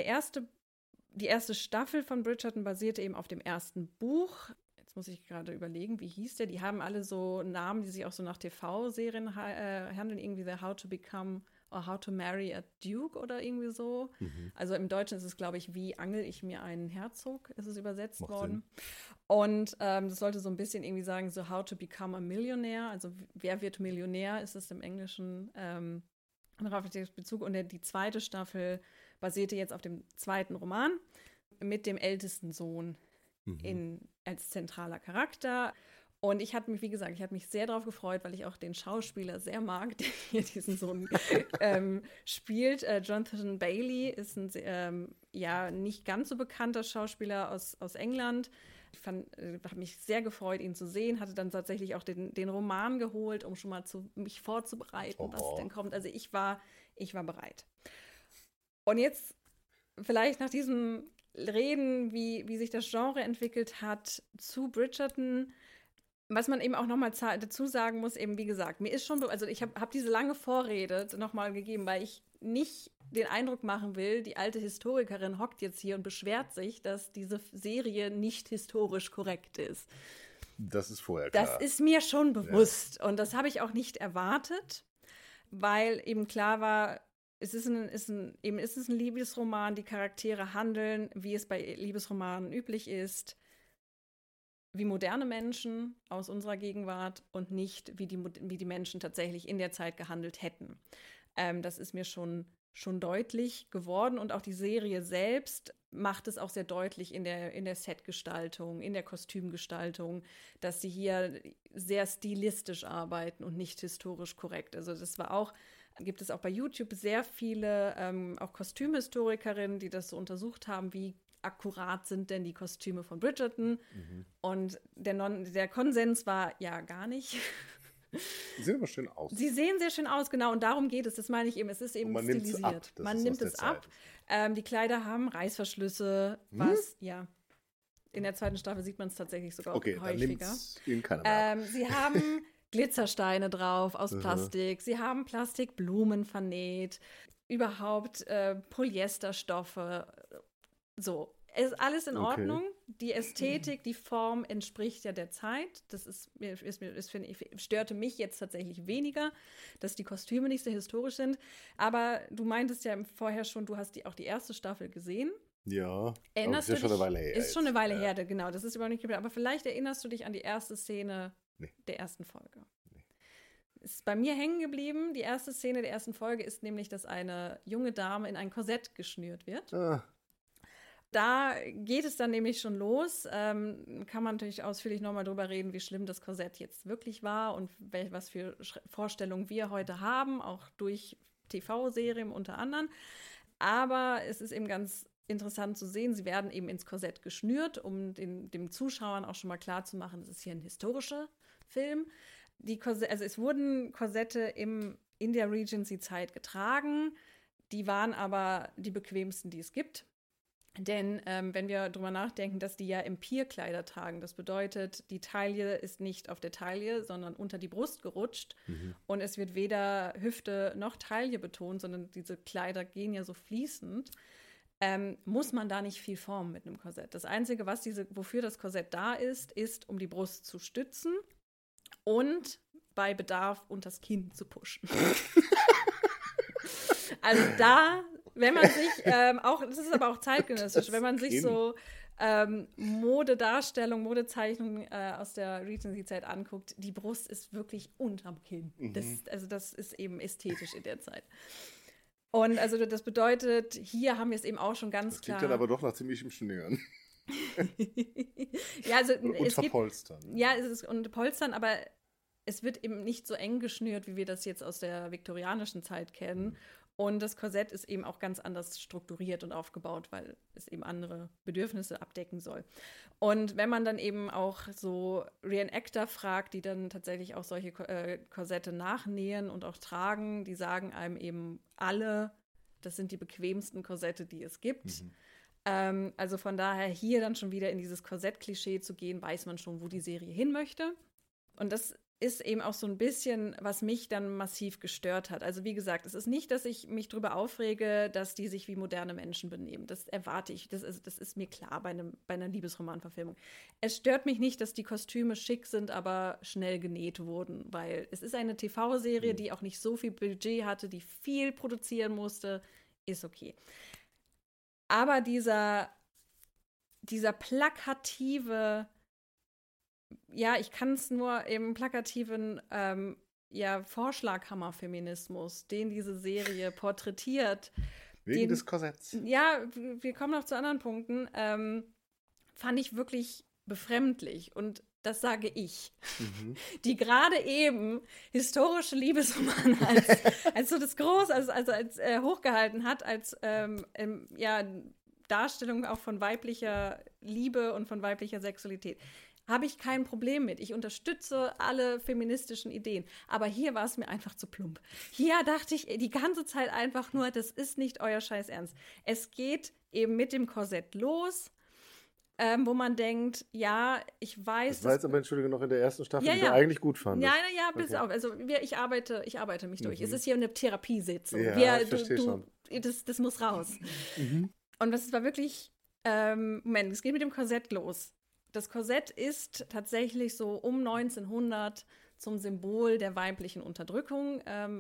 Speaker 2: die erste Staffel von Bridgerton basierte eben auf dem ersten Buch. Jetzt muss ich gerade überlegen, wie hieß der? Die haben alle so Namen, die sich auch so nach TV-Serien handeln, irgendwie The How to Become or How to Marry a Duke oder irgendwie so. Also im Deutschen ist es, glaube ich, wie angel ich mir einen Herzog, ist es übersetzt worden. Und das sollte so ein bisschen irgendwie sagen, so How to Become a Millionaire, also wer wird Millionär, ist es im Englischen darauf Bezug. Und die zweite Staffel basierte jetzt auf dem zweiten Roman mit dem ältesten Sohn als zentraler Charakter. Und ich hatte mich sehr darauf gefreut, weil ich auch den Schauspieler sehr mag, der hier diesen Sohn spielt. Jonathan Bailey ist ein nicht ganz so bekannter Schauspieler aus England. Ich habe mich sehr gefreut, ihn zu sehen, hatte dann tatsächlich auch den Roman geholt, um schon mal mich vorzubereiten, was denn kommt. Also ich war bereit. Und jetzt vielleicht nach diesem Reden, wie sich das Genre entwickelt hat zu Bridgerton, was man eben auch nochmal dazu sagen muss, eben wie gesagt, mir ist schon, also ich hab diese lange Vorrede nochmal gegeben, weil ich nicht den Eindruck machen will, die alte Historikerin hockt jetzt hier und beschwert sich, dass diese Serie nicht historisch korrekt ist.
Speaker 1: Das ist vorher klar.
Speaker 2: Das ist mir schon bewusst und das habe ich auch nicht erwartet, weil eben klar war, es ist ein Liebesroman, die Charaktere handeln, wie es bei Liebesromanen üblich ist, wie moderne Menschen aus unserer Gegenwart und nicht, wie die Menschen tatsächlich in der Zeit gehandelt hätten. Das ist mir schon deutlich geworden und auch die Serie selbst macht es auch sehr deutlich in der Setgestaltung, in der Kostümgestaltung, dass sie hier sehr stilistisch arbeiten und nicht historisch korrekt. Also gibt es auch bei YouTube sehr viele auch Kostümhistorikerinnen, die das so untersucht haben, wie akkurat sind denn die Kostüme von Bridgerton. Und der Konsens war ja gar nicht.
Speaker 1: Die sehen aber schön aus.
Speaker 2: Sie sehen sehr schön aus, genau. Und darum geht es. Das meine ich eben. Es ist eben
Speaker 1: man
Speaker 2: stilisiert. Man nimmt es ab. Die Kleider haben Reißverschlüsse. Ja. In der zweiten Staffel sieht man es tatsächlich sogar
Speaker 1: häufiger.
Speaker 2: Dann
Speaker 1: nimmt's ihnen keiner mehr ab.
Speaker 2: Sie haben Glitzersteine drauf aus Plastik. Sie haben Plastikblumen vernäht. Überhaupt Polyesterstoffe. So. Es ist alles in Ordnung. Die Ästhetik, die Form entspricht ja der Zeit. Das störte mich jetzt tatsächlich weniger, dass die Kostüme nicht so historisch sind. Aber du meintest ja vorher schon, du hast auch die erste Staffel gesehen.
Speaker 1: Ja,
Speaker 2: Erinnerst
Speaker 1: ist ja schon eine Weile her.
Speaker 2: Ist schon eine Weile her, genau. Das ist überhaupt nicht geblieben. Aber vielleicht erinnerst du dich an die erste Szene der ersten Folge. Ist bei mir hängen geblieben. Die erste Szene der ersten Folge ist nämlich, dass eine junge Dame in ein Korsett geschnürt wird. Da geht es dann nämlich schon los. Kann man natürlich ausführlich nochmal drüber reden, wie schlimm das Korsett jetzt wirklich war und was für Vorstellungen wir heute haben, auch durch TV-Serien unter anderem. Aber es ist eben ganz interessant zu sehen, sie werden eben ins Korsett geschnürt, um dem Zuschauern auch schon mal klar zu machen, das ist hier ein historischer Film. Es wurden Korsette in der Regency-Zeit getragen. Die waren aber die bequemsten, die es gibt. Denn wenn wir drüber nachdenken, dass die ja Empire-Kleider tragen, das bedeutet, die Taille ist nicht auf der Taille, sondern unter die Brust gerutscht. Und es wird weder Hüfte noch Taille betont, sondern diese Kleider gehen ja so fließend. Muss man da nicht viel formen mit einem Korsett. Das Einzige, wofür das Korsett da ist, um die Brust zu stützen und bei Bedarf unters Kinn zu pushen. Also wenn man sich, das ist aber auch zeitgenössisch, wenn man sich so Modezeichnungen aus der Regency-Zeit anguckt, die Brust ist wirklich unterm Kinn. Das ist eben ästhetisch in der Zeit. Und also das bedeutet, hier haben wir es eben auch schon ganz klar.
Speaker 1: Das klingt dann aber doch nach ziemlichem Schnüren.
Speaker 2: Ja, also
Speaker 1: und verpolstern.
Speaker 2: Und Polstern, aber es wird eben nicht so eng geschnürt, wie wir das jetzt aus der viktorianischen Zeit kennen. Und das Korsett ist eben auch ganz anders strukturiert und aufgebaut, weil es eben andere Bedürfnisse abdecken soll. Und wenn man dann eben auch so Reenactor fragt, die dann tatsächlich auch solche Korsette nachnähen und auch tragen, die sagen einem eben alle, das sind die bequemsten Korsette, die es gibt. Also von daher hier dann schon wieder in dieses Korsett-Klischee zu gehen, weiß man schon, wo die Serie hin möchte. Und das ist eben auch so ein bisschen, was mich dann massiv gestört hat. Also wie gesagt, es ist nicht, dass ich mich darüber aufrege, dass die sich wie moderne Menschen benehmen. Das erwarte ich. Das ist mir klar bei einer Liebesromanverfilmung. Es stört mich nicht, dass die Kostüme schick sind, aber schnell genäht wurden, weil es ist eine TV-Serie, die auch nicht so viel Budget hatte, die viel produzieren musste. Ist okay. Aber dieser plakative, ja, ich kann es nur im plakativen Vorschlaghammer-Feminismus, den diese Serie porträtiert.
Speaker 1: Wegen des Korsetts.
Speaker 2: Ja, wir kommen noch zu anderen Punkten. Fand ich wirklich befremdlich. Und das sage ich, die gerade eben historische Liebesromane als so das Groß, als hochgehalten hat, als Darstellung auch von weiblicher Liebe und von weiblicher Sexualität. Habe ich kein Problem mit. Ich unterstütze alle feministischen Ideen. Aber hier war es mir einfach zu plump. Hier dachte ich die ganze Zeit einfach nur, das ist nicht euer Scheiß Ernst. Es geht eben mit dem Korsett los, wo man denkt, ja, ich weiß.
Speaker 1: Das war jetzt aber, Entschuldigung, noch in der ersten Staffel, die du eigentlich gut fandest.
Speaker 2: Ja, bis auf. Also ich arbeite mich durch. Es ist hier eine Therapiesitzung.
Speaker 1: Ja, ich verstehe schon.
Speaker 2: Das muss raus. Und das war wirklich, es geht mit dem Korsett los. Das Korsett ist tatsächlich so um 1900 zum Symbol der weiblichen Unterdrückung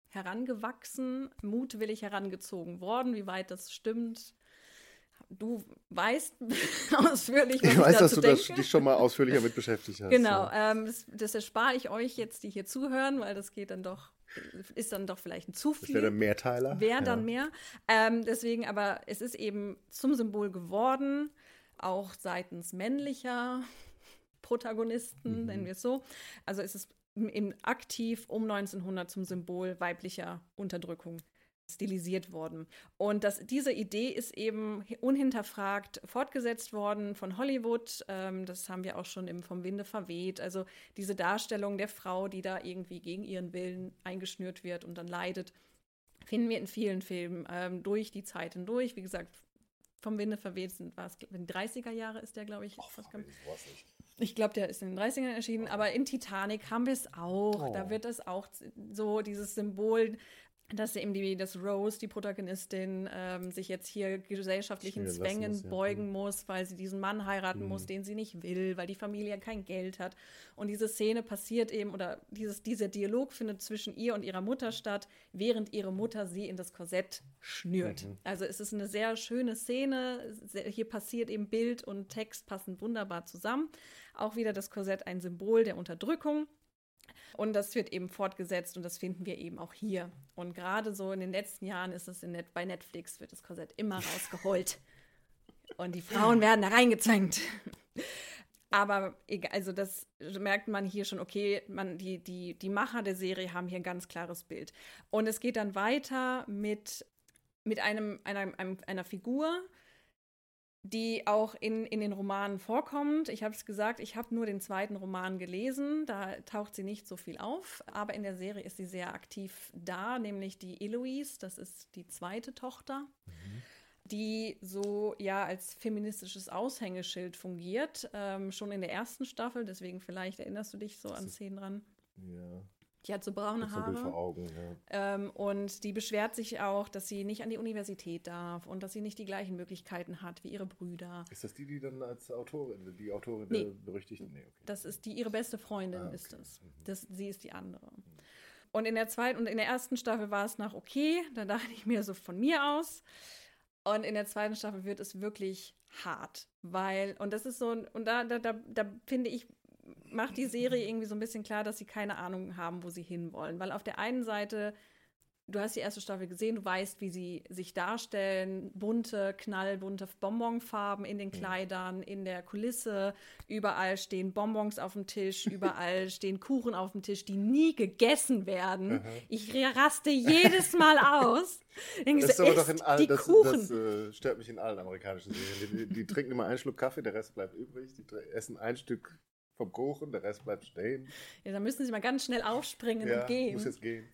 Speaker 2: herangewachsen, mutwillig herangezogen worden. Wie weit das stimmt, du weißt ausführlich, was
Speaker 1: ich weiß, dass du
Speaker 2: denke.
Speaker 1: dich schon mal ausführlicher mit beschäftigt hast.
Speaker 2: Genau, das erspare ich euch jetzt, die hier zuhören, weil das ist dann doch vielleicht ein zu viel.
Speaker 1: Das wäre dann Mehrteiler.
Speaker 2: Wäre dann mehr. Deswegen, aber es ist eben zum Symbol geworden, auch seitens männlicher Protagonisten, nennen wir es so. Also es ist eben aktiv um 1900 zum Symbol weiblicher Unterdrückung stilisiert worden. Und diese Idee ist eben unhinterfragt fortgesetzt worden von Hollywood. Das haben wir auch schon Vom Winde verweht. Also diese Darstellung der Frau, die da irgendwie gegen ihren Willen eingeschnürt wird und dann leidet, finden wir in vielen Filmen durch die Zeit hindurch. Wie gesagt, Vom Winde verweht war es in den 30er Jahre ist der, glaube ich. Ich glaube, der ist in den 30ern erschienen. Aber in Titanic haben wir es auch. Da wird es auch so, dieses Symbol, dass eben dass Rose, die Protagonistin, sich jetzt hier gesellschaftlichen Zwängen beugen muss, weil sie diesen Mann heiraten muss, den sie nicht will, weil die Familie kein Geld hat. Und diese Szene passiert eben, oder dieser Dialog findet zwischen ihr und ihrer Mutter statt, während ihre Mutter sie in das Korsett schnürt. Also es ist eine sehr schöne Szene. Hier passiert eben Bild und Text passen wunderbar zusammen. Auch wieder das Korsett ein Symbol der Unterdrückung. Und das wird eben fortgesetzt und das finden wir eben auch hier. Und gerade so in den letzten Jahren ist es bei Netflix, wird das Korsett immer rausgeholt. Und die Frauen werden da reingezwängt. Aber also das merkt man hier schon, okay, die Macher der Serie haben hier ein ganz klares Bild. Und es geht dann weiter mit einer Figur, die auch in den Romanen vorkommt. Ich habe es gesagt, ich habe nur den 2. Roman gelesen, da taucht sie nicht so viel auf, aber in der Serie ist sie sehr aktiv da, nämlich die Eloise, das ist die 2. Tochter, die so als feministisches Aushängeschild fungiert, schon in der 1. Staffel, deswegen vielleicht erinnerst du dich so an Szenen dran.
Speaker 1: Ja.
Speaker 2: Die hat so braune Haare.
Speaker 1: Vor Augen, ja.
Speaker 2: Und die beschwert sich auch, dass sie nicht an die Universität darf und dass sie nicht die gleichen Möglichkeiten hat wie ihre Brüder.
Speaker 1: Ist das die dann als Autorin,
Speaker 2: nee.
Speaker 1: der berüchtigten? Nee, okay.
Speaker 2: Das ist ihre beste Freundin, okay. Ist das. Sie ist die andere. Und in der 1. Staffel war es noch okay, da dachte ich mir so von mir aus. Und in der 2. Staffel wird es wirklich hart, und das ist so, und da finde ich, macht die Serie irgendwie so ein bisschen klar, dass sie keine Ahnung haben, wo sie hinwollen. Weil auf der einen Seite, du hast die 1. Staffel gesehen, du weißt, wie sie sich darstellen, knallbunte Bonbonfarben in den Kleidern, in der Kulisse, überall stehen Bonbons auf dem Tisch, überall stehen Kuchen auf dem Tisch, die nie gegessen werden. Ich raste jedes Mal aus.
Speaker 1: Das ist aber doch das stört mich in allen amerikanischen Serien. Die trinken immer einen Schluck Kaffee, der Rest bleibt übrig, die essen ein Stück vom Kuchen, der Rest bleibt stehen.
Speaker 2: Ja, dann müssen sie mal ganz schnell aufspringen und gehen.
Speaker 1: Muss jetzt gehen.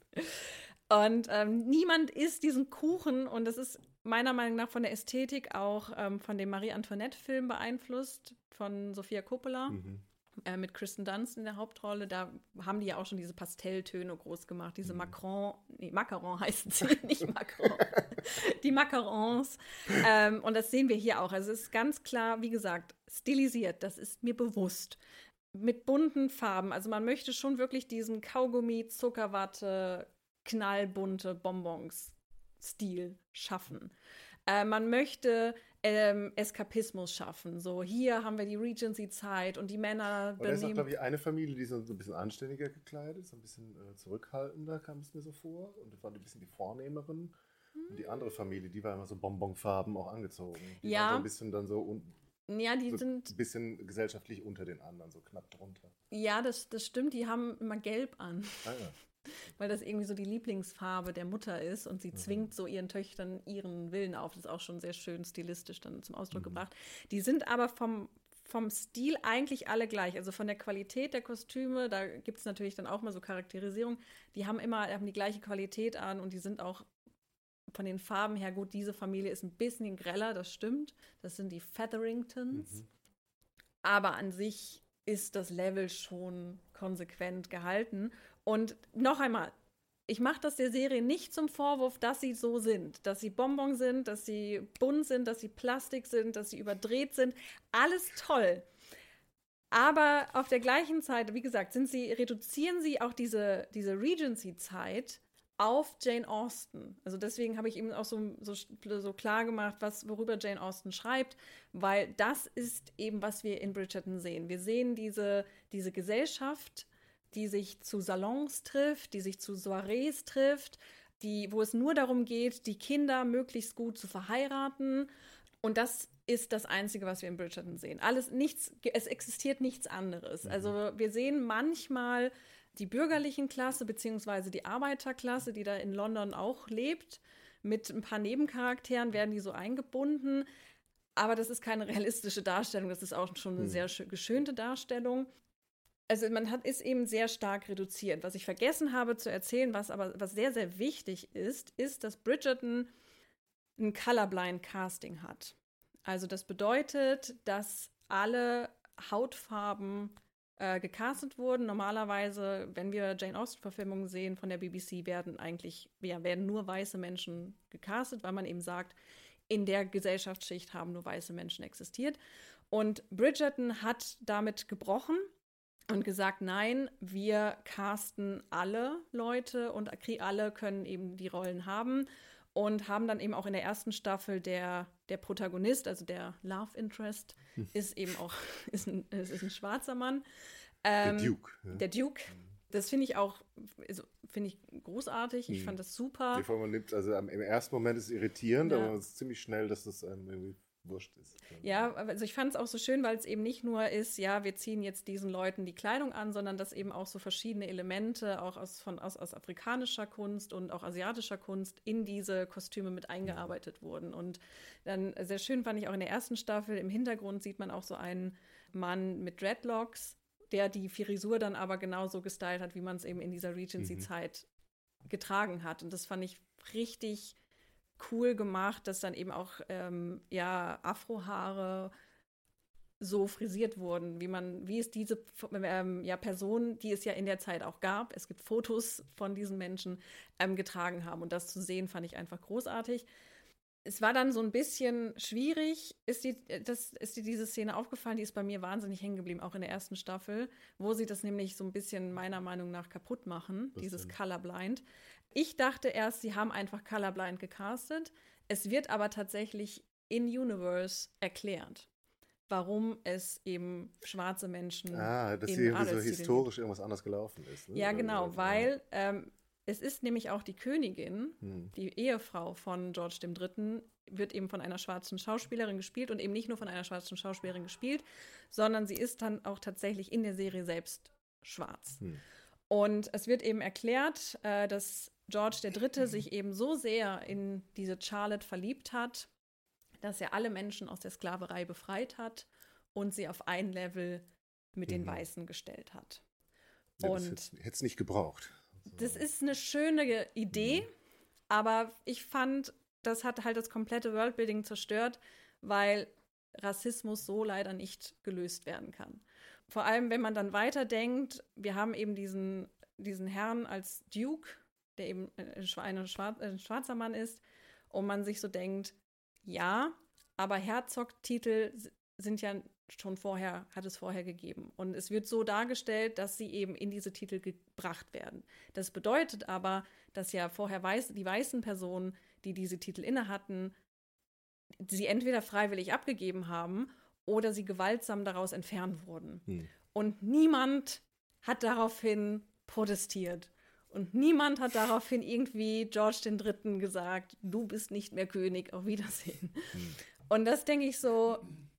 Speaker 2: Und niemand isst diesen Kuchen und das ist meiner Meinung nach von der Ästhetik auch von dem Marie-Antoinette-Film beeinflusst, von Sofia Coppola, mit Kristen Dunst in der Hauptrolle. Da haben die ja auch schon diese Pastelltöne groß gemacht, diese Macaron heißen sie, nicht Macron. Die Macarons. Und das sehen wir hier auch. Also es ist ganz klar, wie gesagt, stilisiert, das ist mir bewusst. Mit bunten Farben. Also man möchte schon wirklich diesen Kaugummi, Zuckerwatte, knallbunte Bonbons-Stil schaffen. Man möchte Eskapismus schaffen. So, hier haben wir die Regency-Zeit und die Männer.
Speaker 1: Und da ist auch, glaube ich, eine Familie, die so ein bisschen anständiger gekleidet, so ein bisschen zurückhaltender, kam es mir so vor. Und das war ein bisschen die Vornehmeren. Und die andere Familie, die war immer so Bonbonfarben auch angezogen. Die waren so ein bisschen dann so sind ein bisschen gesellschaftlich unter den anderen, so knapp drunter.
Speaker 2: Ja, das stimmt, die haben immer gelb an.
Speaker 1: Ah, ja.
Speaker 2: Weil das irgendwie so die Lieblingsfarbe der Mutter ist und sie zwingt so ihren Töchtern ihren Willen auf. Das ist auch schon sehr schön stilistisch dann zum Ausdruck gebracht. Die sind aber vom Stil eigentlich alle gleich. Also von der Qualität der Kostüme, da gibt es natürlich dann auch mal so Charakterisierung. Die haben die gleiche Qualität an und die sind auch von den Farben her gut. Diese Familie ist ein bisschen greller, das stimmt. Das sind die Featheringtons. Aber an sich ist das Level schon konsequent gehalten. Und noch einmal, ich mache das der Serie nicht zum Vorwurf, dass sie so sind. Dass sie Bonbon sind, dass sie bunt sind, dass sie Plastik sind, dass sie überdreht sind. Alles toll. Aber auf der gleichen Seite, wie gesagt, reduzieren sie auch diese Regency-Zeit auf Jane Austen. Also deswegen habe ich eben auch so klar gemacht, worüber Jane Austen schreibt, weil das ist eben, was wir in Bridgerton sehen. Wir sehen diese Gesellschaft, die sich zu Salons trifft, die sich zu Soirees trifft, wo es nur darum geht, die Kinder möglichst gut zu verheiraten. Und das ist das Einzige, was wir in Bridgerton sehen. Es existiert nichts anderes. Also wir sehen manchmal die bürgerlichen Klasse beziehungsweise die Arbeiterklasse, die da in London auch lebt. Mit ein paar Nebencharakteren werden die so eingebunden. Aber das ist keine realistische Darstellung. Das ist auch schon eine sehr geschönte Darstellung. Also ist eben sehr stark reduziert. Was ich vergessen habe zu erzählen, was sehr, sehr wichtig ist, dass Bridgerton ein Colorblind Casting hat. Also das bedeutet, dass alle Hautfarben gecastet wurden. Normalerweise, wenn wir Jane Austen-Verfilmungen sehen von der BBC, werden nur weiße Menschen gecastet, weil man eben sagt, in der Gesellschaftsschicht haben nur weiße Menschen existiert. Und Bridgerton hat damit gebrochen und gesagt, nein, wir casten alle Leute und alle können eben die Rollen haben. Und haben dann eben auch in der ersten Staffel der Protagonist, also der Love Interest, ist eben auch ist ein schwarzer Mann.
Speaker 1: Der Duke. Ja.
Speaker 2: Der Duke. Das finde ich auch großartig. Ich fand das super.
Speaker 1: Im ersten Moment ist es irritierend, aber es ist ziemlich schnell, dass das einem irgendwie wurscht ist.
Speaker 2: Ja, also ich fand es auch so schön, weil es eben nicht nur ist, ja, wir ziehen jetzt diesen Leuten die Kleidung an, sondern dass eben auch so verschiedene Elemente auch aus afrikanischer Kunst und auch asiatischer Kunst in diese Kostüme mit eingearbeitet wurden. Und dann sehr schön fand ich auch in der ersten Staffel, im Hintergrund sieht man auch so einen Mann mit Dreadlocks, der die Frisur dann aber genauso gestylt hat, wie man es eben in dieser Regency-Zeit getragen hat. Und das fand ich richtig cool gemacht, dass dann eben auch Afrohaare so frisiert wurden, wie es diese Personen, die es ja in der Zeit auch gab, es gibt Fotos von diesen Menschen, getragen haben. Und das zu sehen, fand ich einfach großartig. Es war dann so ein bisschen schwierig, ist dir diese Szene aufgefallen, die ist bei mir wahnsinnig hängen geblieben, auch in der ersten Staffel, wo sie das nämlich so ein bisschen meiner Meinung nach kaputt machen, dieses Colorblind. Ich dachte erst, sie haben einfach Colorblind gecastet. Es wird aber tatsächlich in Universe erklärt, warum es eben schwarze Menschen
Speaker 1: dass hier irgendwie so historisch irgendwas anders gelaufen ist. Ne?
Speaker 2: Ja, genau, weil es ist nämlich auch die Königin, die Ehefrau von George III., wird eben von einer schwarzen Schauspielerin gespielt und eben nicht nur von einer schwarzen Schauspielerin gespielt, sondern sie ist dann auch tatsächlich in der Serie selbst schwarz. Und es wird eben erklärt, dass George III. Sich eben so sehr in diese Charlotte verliebt hat, dass er alle Menschen aus der Sklaverei befreit hat und sie auf ein Level mit den Weißen gestellt hat.
Speaker 1: Ja, und das hätte es nicht gebraucht.
Speaker 2: Das ist eine schöne Idee, aber ich fand, das hat halt das komplette Worldbuilding zerstört, weil Rassismus so leider nicht gelöst werden kann. Vor allem, wenn man dann weiterdenkt, wir haben eben diesen Herrn als Duke, der eben ein schwarzer Mann ist, und man sich so denkt, ja, aber Herzogtitel sind ja hat es vorher gegeben. Und es wird so dargestellt, dass sie eben in diese Titel gebracht werden. Das bedeutet aber, dass ja vorher die weißen Personen, die diese Titel inne hatten, sie entweder freiwillig abgegeben haben oder sie gewaltsam daraus entfernt wurden. Und niemand hat daraufhin protestiert. Und niemand hat daraufhin irgendwie George III. Gesagt, du bist nicht mehr König, auf Wiedersehen. Und das denke ich so,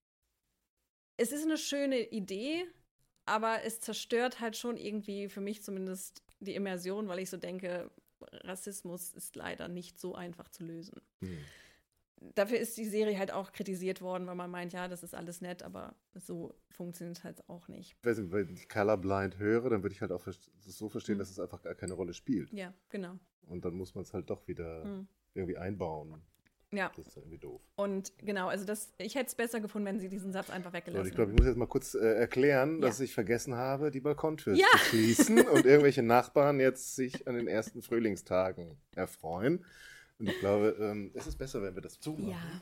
Speaker 2: es ist eine schöne Idee, aber es zerstört halt schon irgendwie, für mich zumindest, die Immersion, weil ich so denke, Rassismus ist leider nicht so einfach zu lösen. Dafür ist die Serie halt auch kritisiert worden, weil man meint, ja, das ist alles nett, aber so funktioniert es halt auch nicht.
Speaker 1: Wenn ich Colorblind höre, dann würde ich halt auch so verstehen, dass es einfach gar keine Rolle spielt.
Speaker 2: Ja, genau.
Speaker 1: Und dann muss man es halt doch wieder irgendwie einbauen.
Speaker 2: Ja.
Speaker 1: Das ist irgendwie doof.
Speaker 2: Und genau, also ich hätte es besser gefunden, wenn sie diesen Satz einfach weggelassen hätten.
Speaker 1: Ich glaube, ich muss jetzt mal kurz erklären, dass ich vergessen habe, die Balkontür zu schließen und irgendwelche Nachbarn jetzt sich an den ersten Frühlingstagen erfreuen. Und ich glaube, es ist besser, wenn wir das zumachen.
Speaker 2: Ja.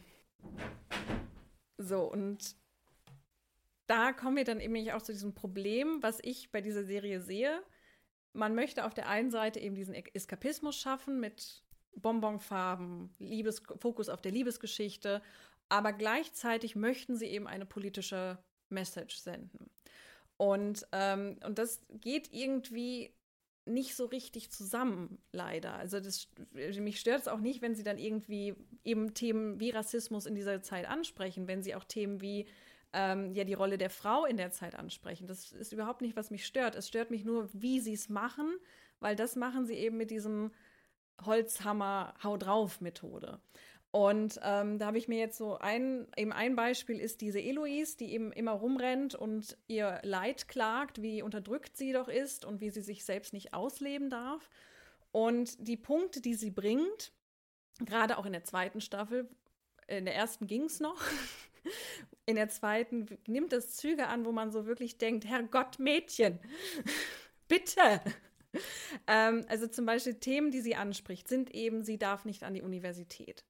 Speaker 2: So, und da kommen wir dann eben auch zu diesem Problem, was ich bei dieser Serie sehe. man möchte auf der einen Seite eben diesen Eskapismus schaffen mit Bonbonfarben, Fokus auf der Liebesgeschichte, aber gleichzeitig möchten sie eben eine politische Message senden. Und das geht irgendwie nicht so richtig zusammen, leider. Also mich stört es auch nicht, wenn sie dann irgendwie eben Themen wie Rassismus in dieser Zeit ansprechen, wenn sie auch Themen wie die Rolle der Frau in der Zeit ansprechen. Das ist überhaupt nicht, was mich stört. Es stört mich nur, wie sie es machen, weil das machen sie eben mit diesem Holzhammer-Hau-drauf-Methode. Und da habe ich mir jetzt so ein Beispiel ist diese Eloise, die eben immer rumrennt und ihr Leid klagt, wie unterdrückt sie doch ist und wie sie sich selbst nicht ausleben darf. Und die Punkte, die sie bringt, gerade auch in der zweiten Staffel, in der ersten ging es noch, in der zweiten nimmt es Züge an, wo man so wirklich denkt, Herrgott, Mädchen, bitte. Also zum Beispiel Themen, die sie anspricht, sind eben, sie darf nicht an die Universität.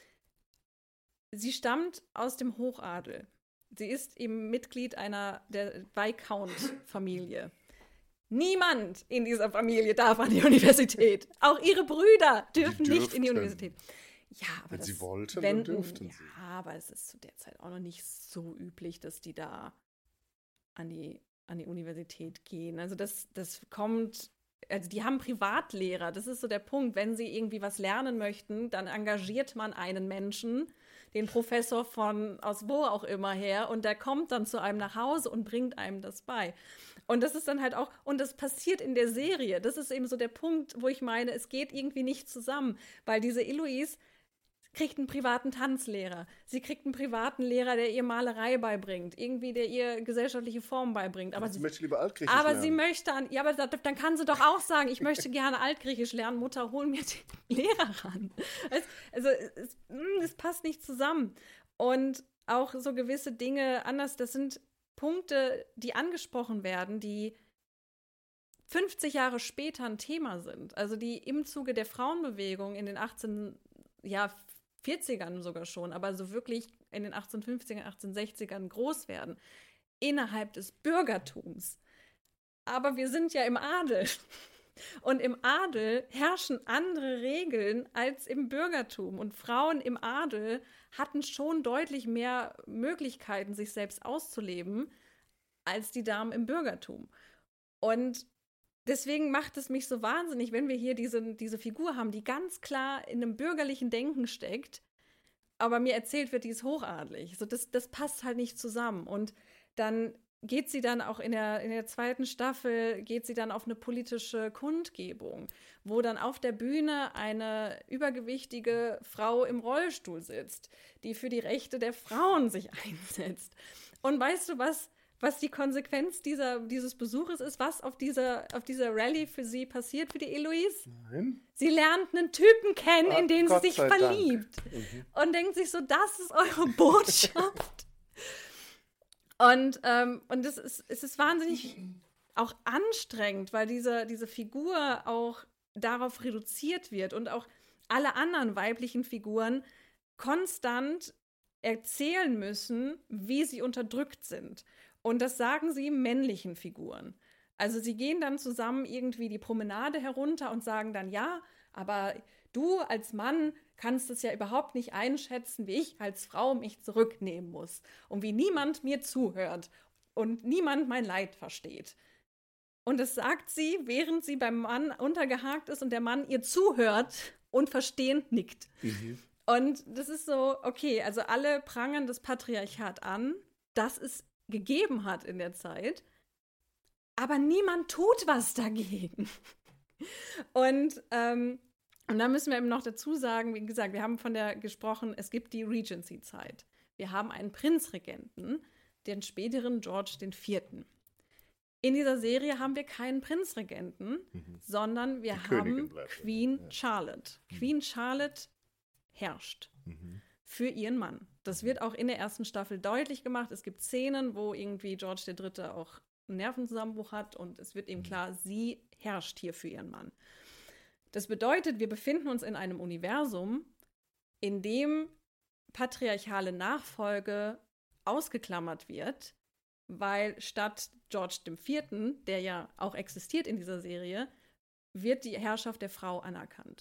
Speaker 2: Sie stammt aus dem Hochadel. Sie ist eben Mitglied der Viscount-Familie. Niemand in dieser Familie darf an die Universität. Auch ihre Brüder dürfen nicht in die Universität. Ja, aber
Speaker 1: wenn sie wollten, dann dürften sie.
Speaker 2: Ja, aber es ist zu der Zeit auch noch nicht so üblich, dass die da an die Universität gehen. Also das kommt, also die haben Privatlehrer, das ist so der Punkt. Wenn sie irgendwie was lernen möchten, dann engagiert man einen Menschen, den Professor aus wo auch immer her, und der kommt dann zu einem nach Hause und bringt einem das bei. Und das ist dann halt auch, und das passiert in der Serie. Das ist eben so der Punkt, wo ich meine, es geht irgendwie nicht zusammen, weil diese Eloise kriegt einen privaten Tanzlehrer. Sie kriegt einen privaten Lehrer, der ihr Malerei beibringt, irgendwie, der ihr gesellschaftliche Formen beibringt. Aber sie möchte lieber Altgriechisch lernen. Aber sie möchte, aber dann kann sie doch auch sagen, ich möchte gerne Altgriechisch lernen, Mutter, hol mir den Lehrer ran. Also es passt nicht zusammen. Und auch so gewisse Dinge anders, das sind Punkte, die angesprochen werden, die 50 Jahre später ein Thema sind. Also die im Zuge der Frauenbewegung in den 40ern sogar schon, aber so wirklich in den 1850ern, 1860ern groß werden, innerhalb des Bürgertums. Aber wir sind ja im Adel. Und im Adel herrschen andere Regeln als im Bürgertum. Und Frauen im Adel hatten schon deutlich mehr Möglichkeiten, sich selbst auszuleben, als die Damen im Bürgertum. Und deswegen macht es mich so wahnsinnig, wenn wir hier diese Figur haben, die ganz klar in einem bürgerlichen Denken steckt, aber mir erzählt wird, die ist hochadelig. So, das passt halt nicht zusammen. Und dann geht sie dann auch in der zweiten Staffel, geht sie dann auf eine politische Kundgebung, wo dann auf der Bühne eine übergewichtige Frau im Rollstuhl sitzt, die für die Rechte der Frauen sich einsetzt. Und weißt du, was die Konsequenz dieses Besuches ist, was auf dieser Rallye für sie passiert, für die Eloise? Nein. Sie lernt einen Typen kennen, in den sie sich verliebt. Und denkt sich so, das ist eure Botschaft. Und es ist wahnsinnig auch anstrengend, weil diese Figur auch darauf reduziert wird und auch alle anderen weiblichen Figuren konstant erzählen müssen, wie sie unterdrückt sind. Und das sagen sie männlichen Figuren. Also sie gehen dann zusammen irgendwie die Promenade herunter und sagen dann, ja, aber du als Mann kannst es ja überhaupt nicht einschätzen, wie ich als Frau mich zurücknehmen muss und wie niemand mir zuhört und niemand mein Leid versteht. Und das sagt sie, während sie beim Mann untergehakt ist und der Mann ihr zuhört und verstehend nickt. Mhm. Und das ist so, okay, also alle prangern das Patriarchat an, das es gegeben hat in der Zeit, aber niemand tut was dagegen. Und da müssen wir eben noch dazu sagen, wie gesagt, wir haben von der gesprochen, es gibt die Regency-Zeit. Wir haben einen Prinzregenten, den späteren George IV. In dieser Serie haben wir keinen Prinzregenten, sondern wir haben Queen Charlotte. Queen Charlotte herrscht für ihren Mann. Das wird auch in der ersten Staffel deutlich gemacht. Es gibt Szenen, wo irgendwie George III. Auch einen Nervenzusammenbruch hat und es wird eben klar, sie herrscht hier für ihren Mann. Das bedeutet, wir befinden uns in einem Universum, in dem patriarchale Nachfolge ausgeklammert wird, weil statt George IV., der ja auch existiert in dieser Serie, wird die Herrschaft der Frau anerkannt.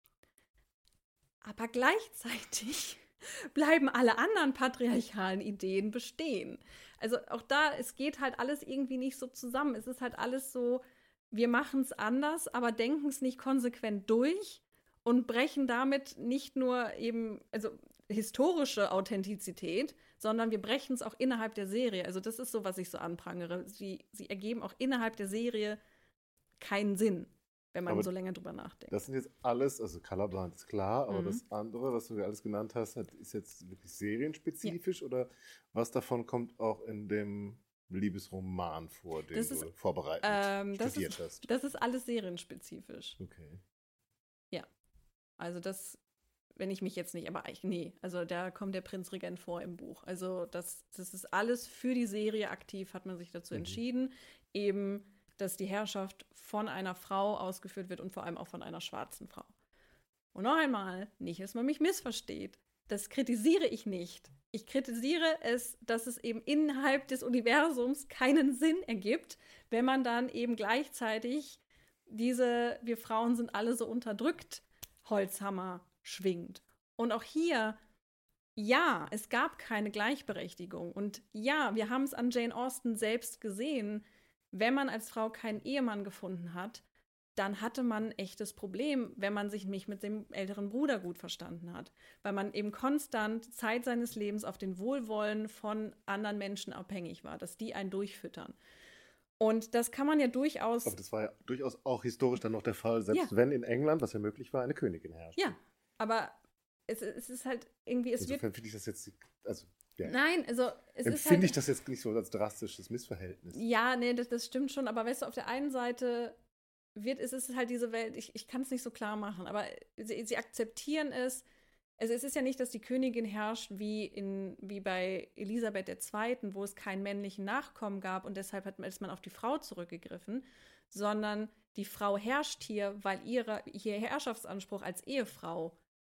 Speaker 2: Aber gleichzeitig bleiben alle anderen patriarchalen Ideen bestehen. Also auch da, es geht halt alles irgendwie nicht so zusammen. Es ist halt alles so, wir machen es anders, aber denken es nicht konsequent durch und brechen damit nicht nur eben, also historische Authentizität, sondern wir brechen es auch innerhalb der Serie. Also das ist so, was ich so anprangere. Sie ergeben auch innerhalb der Serie keinen Sinn, wenn man so länger drüber nachdenkt.
Speaker 1: Das sind jetzt alles, also Colorblind ist klar, aber das andere, was du alles genannt hast, ist jetzt wirklich serienspezifisch oder was davon kommt auch in dem Liebesroman vor, den du vorbereitet studiert hast?
Speaker 2: Das ist alles serienspezifisch.
Speaker 1: Okay.
Speaker 2: Ja, also das, wenn ich mich jetzt nicht, aber nee, also da kommt der Prinzregent vor im Buch. Also das ist alles für die Serie aktiv, hat man sich dazu entschieden, eben, dass die Herrschaft von einer Frau ausgeführt wird und vor allem auch von einer schwarzen Frau. Und noch einmal, nicht, dass man mich missversteht, das kritisiere ich nicht. Ich kritisiere es, dass es eben innerhalb des Universums keinen Sinn ergibt, wenn man dann eben gleichzeitig wir Frauen sind alle so unterdrückt, Holzhammer schwingt. Und auch hier, ja, es gab keine Gleichberechtigung. Und ja, wir haben es an Jane Austen selbst gesehen, wenn man als Frau keinen Ehemann gefunden hat, dann hatte man ein echtes Problem, wenn man sich nicht mit dem älteren Bruder gut verstanden hat. Weil man eben konstant Zeit seines Lebens auf den Wohlwollen von anderen Menschen abhängig war, dass die einen durchfüttern. Und das kann man ja durchaus...
Speaker 1: Aber das war ja durchaus auch historisch dann noch der Fall, selbst wenn in England, was ja möglich war, eine Königin herrschte.
Speaker 2: Ja, aber es ist halt irgendwie...
Speaker 1: Insofern finde ich das jetzt... Also, ja.
Speaker 2: Nein, also es ist halt...
Speaker 1: Empfinde ich das jetzt nicht so als drastisches Missverhältnis.
Speaker 2: Ja, nee, das stimmt schon. Aber weißt du, auf der einen Seite es ist halt diese Welt, ich kann es nicht so klar machen, aber sie akzeptieren es. Also es ist ja nicht, dass die Königin herrscht wie bei Elisabeth II., wo es keinen männlichen Nachkommen gab und deshalb ist man auf die Frau zurückgegriffen, sondern die Frau herrscht hier, weil ihr Herrschaftsanspruch als Ehefrau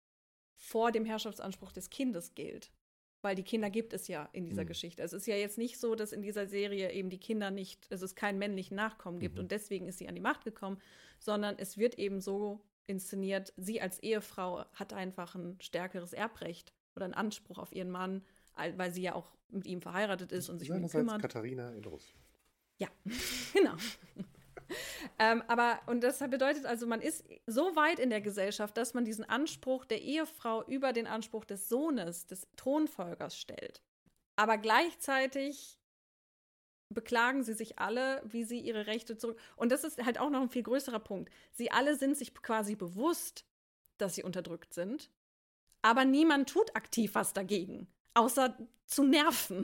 Speaker 2: vor dem Herrschaftsanspruch des Kindes gilt. Weil die Kinder gibt es ja in dieser Geschichte. Also es ist ja jetzt nicht so, dass in dieser Serie eben die Kinder es keinen männlichen Nachkommen gibt und deswegen ist sie an die Macht gekommen, sondern es wird eben so inszeniert, sie als Ehefrau hat einfach ein stärkeres Erbrecht oder einen Anspruch auf ihren Mann, weil sie ja auch mit ihm verheiratet ist und sich um ihn kümmert.
Speaker 1: Katharina in Russland.
Speaker 2: Ja, genau. Und das bedeutet also, man ist so weit in der Gesellschaft, dass man diesen Anspruch der Ehefrau über den Anspruch des Sohnes, des Thronfolgers stellt. Aber gleichzeitig beklagen sie sich alle, wie sie ihre Rechte zurück... Und das ist halt auch noch ein viel größerer Punkt. Sie alle sind sich quasi bewusst, dass sie unterdrückt sind, aber niemand tut aktiv was dagegen, außer zu nerven.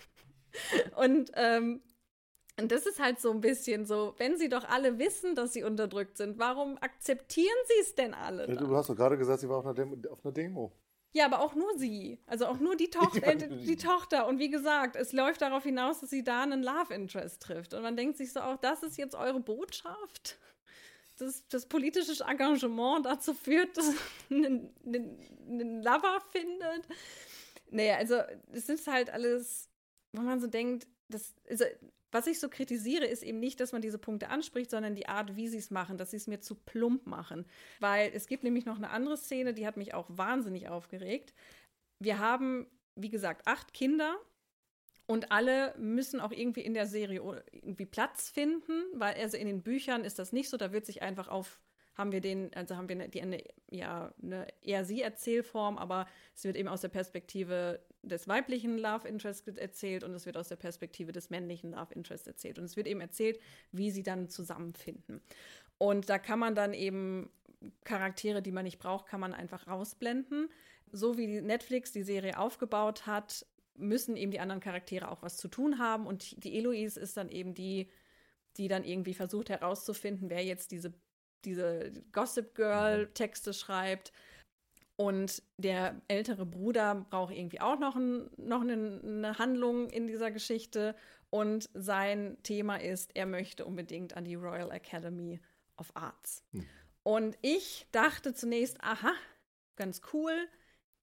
Speaker 2: Und das ist halt so ein bisschen so, wenn sie doch alle wissen, dass sie unterdrückt sind, warum akzeptieren sie es denn alle?
Speaker 1: Du hast doch gerade gesagt, sie war auf einer Demo.
Speaker 2: Ja, aber auch nur sie. Also auch nur die Tochter. Und wie gesagt, es läuft darauf hinaus, dass sie da einen Love Interest trifft. Und man denkt sich so auch, das ist jetzt eure Botschaft? Das politische Engagement dazu führt, dass einen Lover findet? Nee, also es ist halt alles, wo man so denkt, was ich so kritisiere, ist eben nicht, dass man diese Punkte anspricht, sondern die Art, wie sie es machen, dass sie es mir zu plump machen. Weil es gibt nämlich noch eine andere Szene, die hat mich auch wahnsinnig aufgeregt. Wir haben, wie gesagt, 8 Kinder und alle müssen auch irgendwie in der Serie irgendwie Platz finden, weil also in den Büchern ist das nicht so, da wird sich einfach haben wir eine Er-Sie-Erzählform, aber es wird eben aus der Perspektive des weiblichen Love Interests erzählt und es wird aus der Perspektive des männlichen Love Interests erzählt. Und es wird eben erzählt, wie sie dann zusammenfinden. Und da kann man dann eben Charaktere, die man nicht braucht, kann man einfach rausblenden. So wie Netflix die Serie aufgebaut hat, müssen eben die anderen Charaktere auch was zu tun haben. Und die Eloise ist dann eben die dann irgendwie versucht herauszufinden, wer jetzt diese Gossip Girl-Texte schreibt. Und der ältere Bruder braucht irgendwie auch noch eine Handlung in dieser Geschichte. Und sein Thema ist, er möchte unbedingt an die Royal Academy of Arts. Und ich dachte zunächst, aha, ganz cool.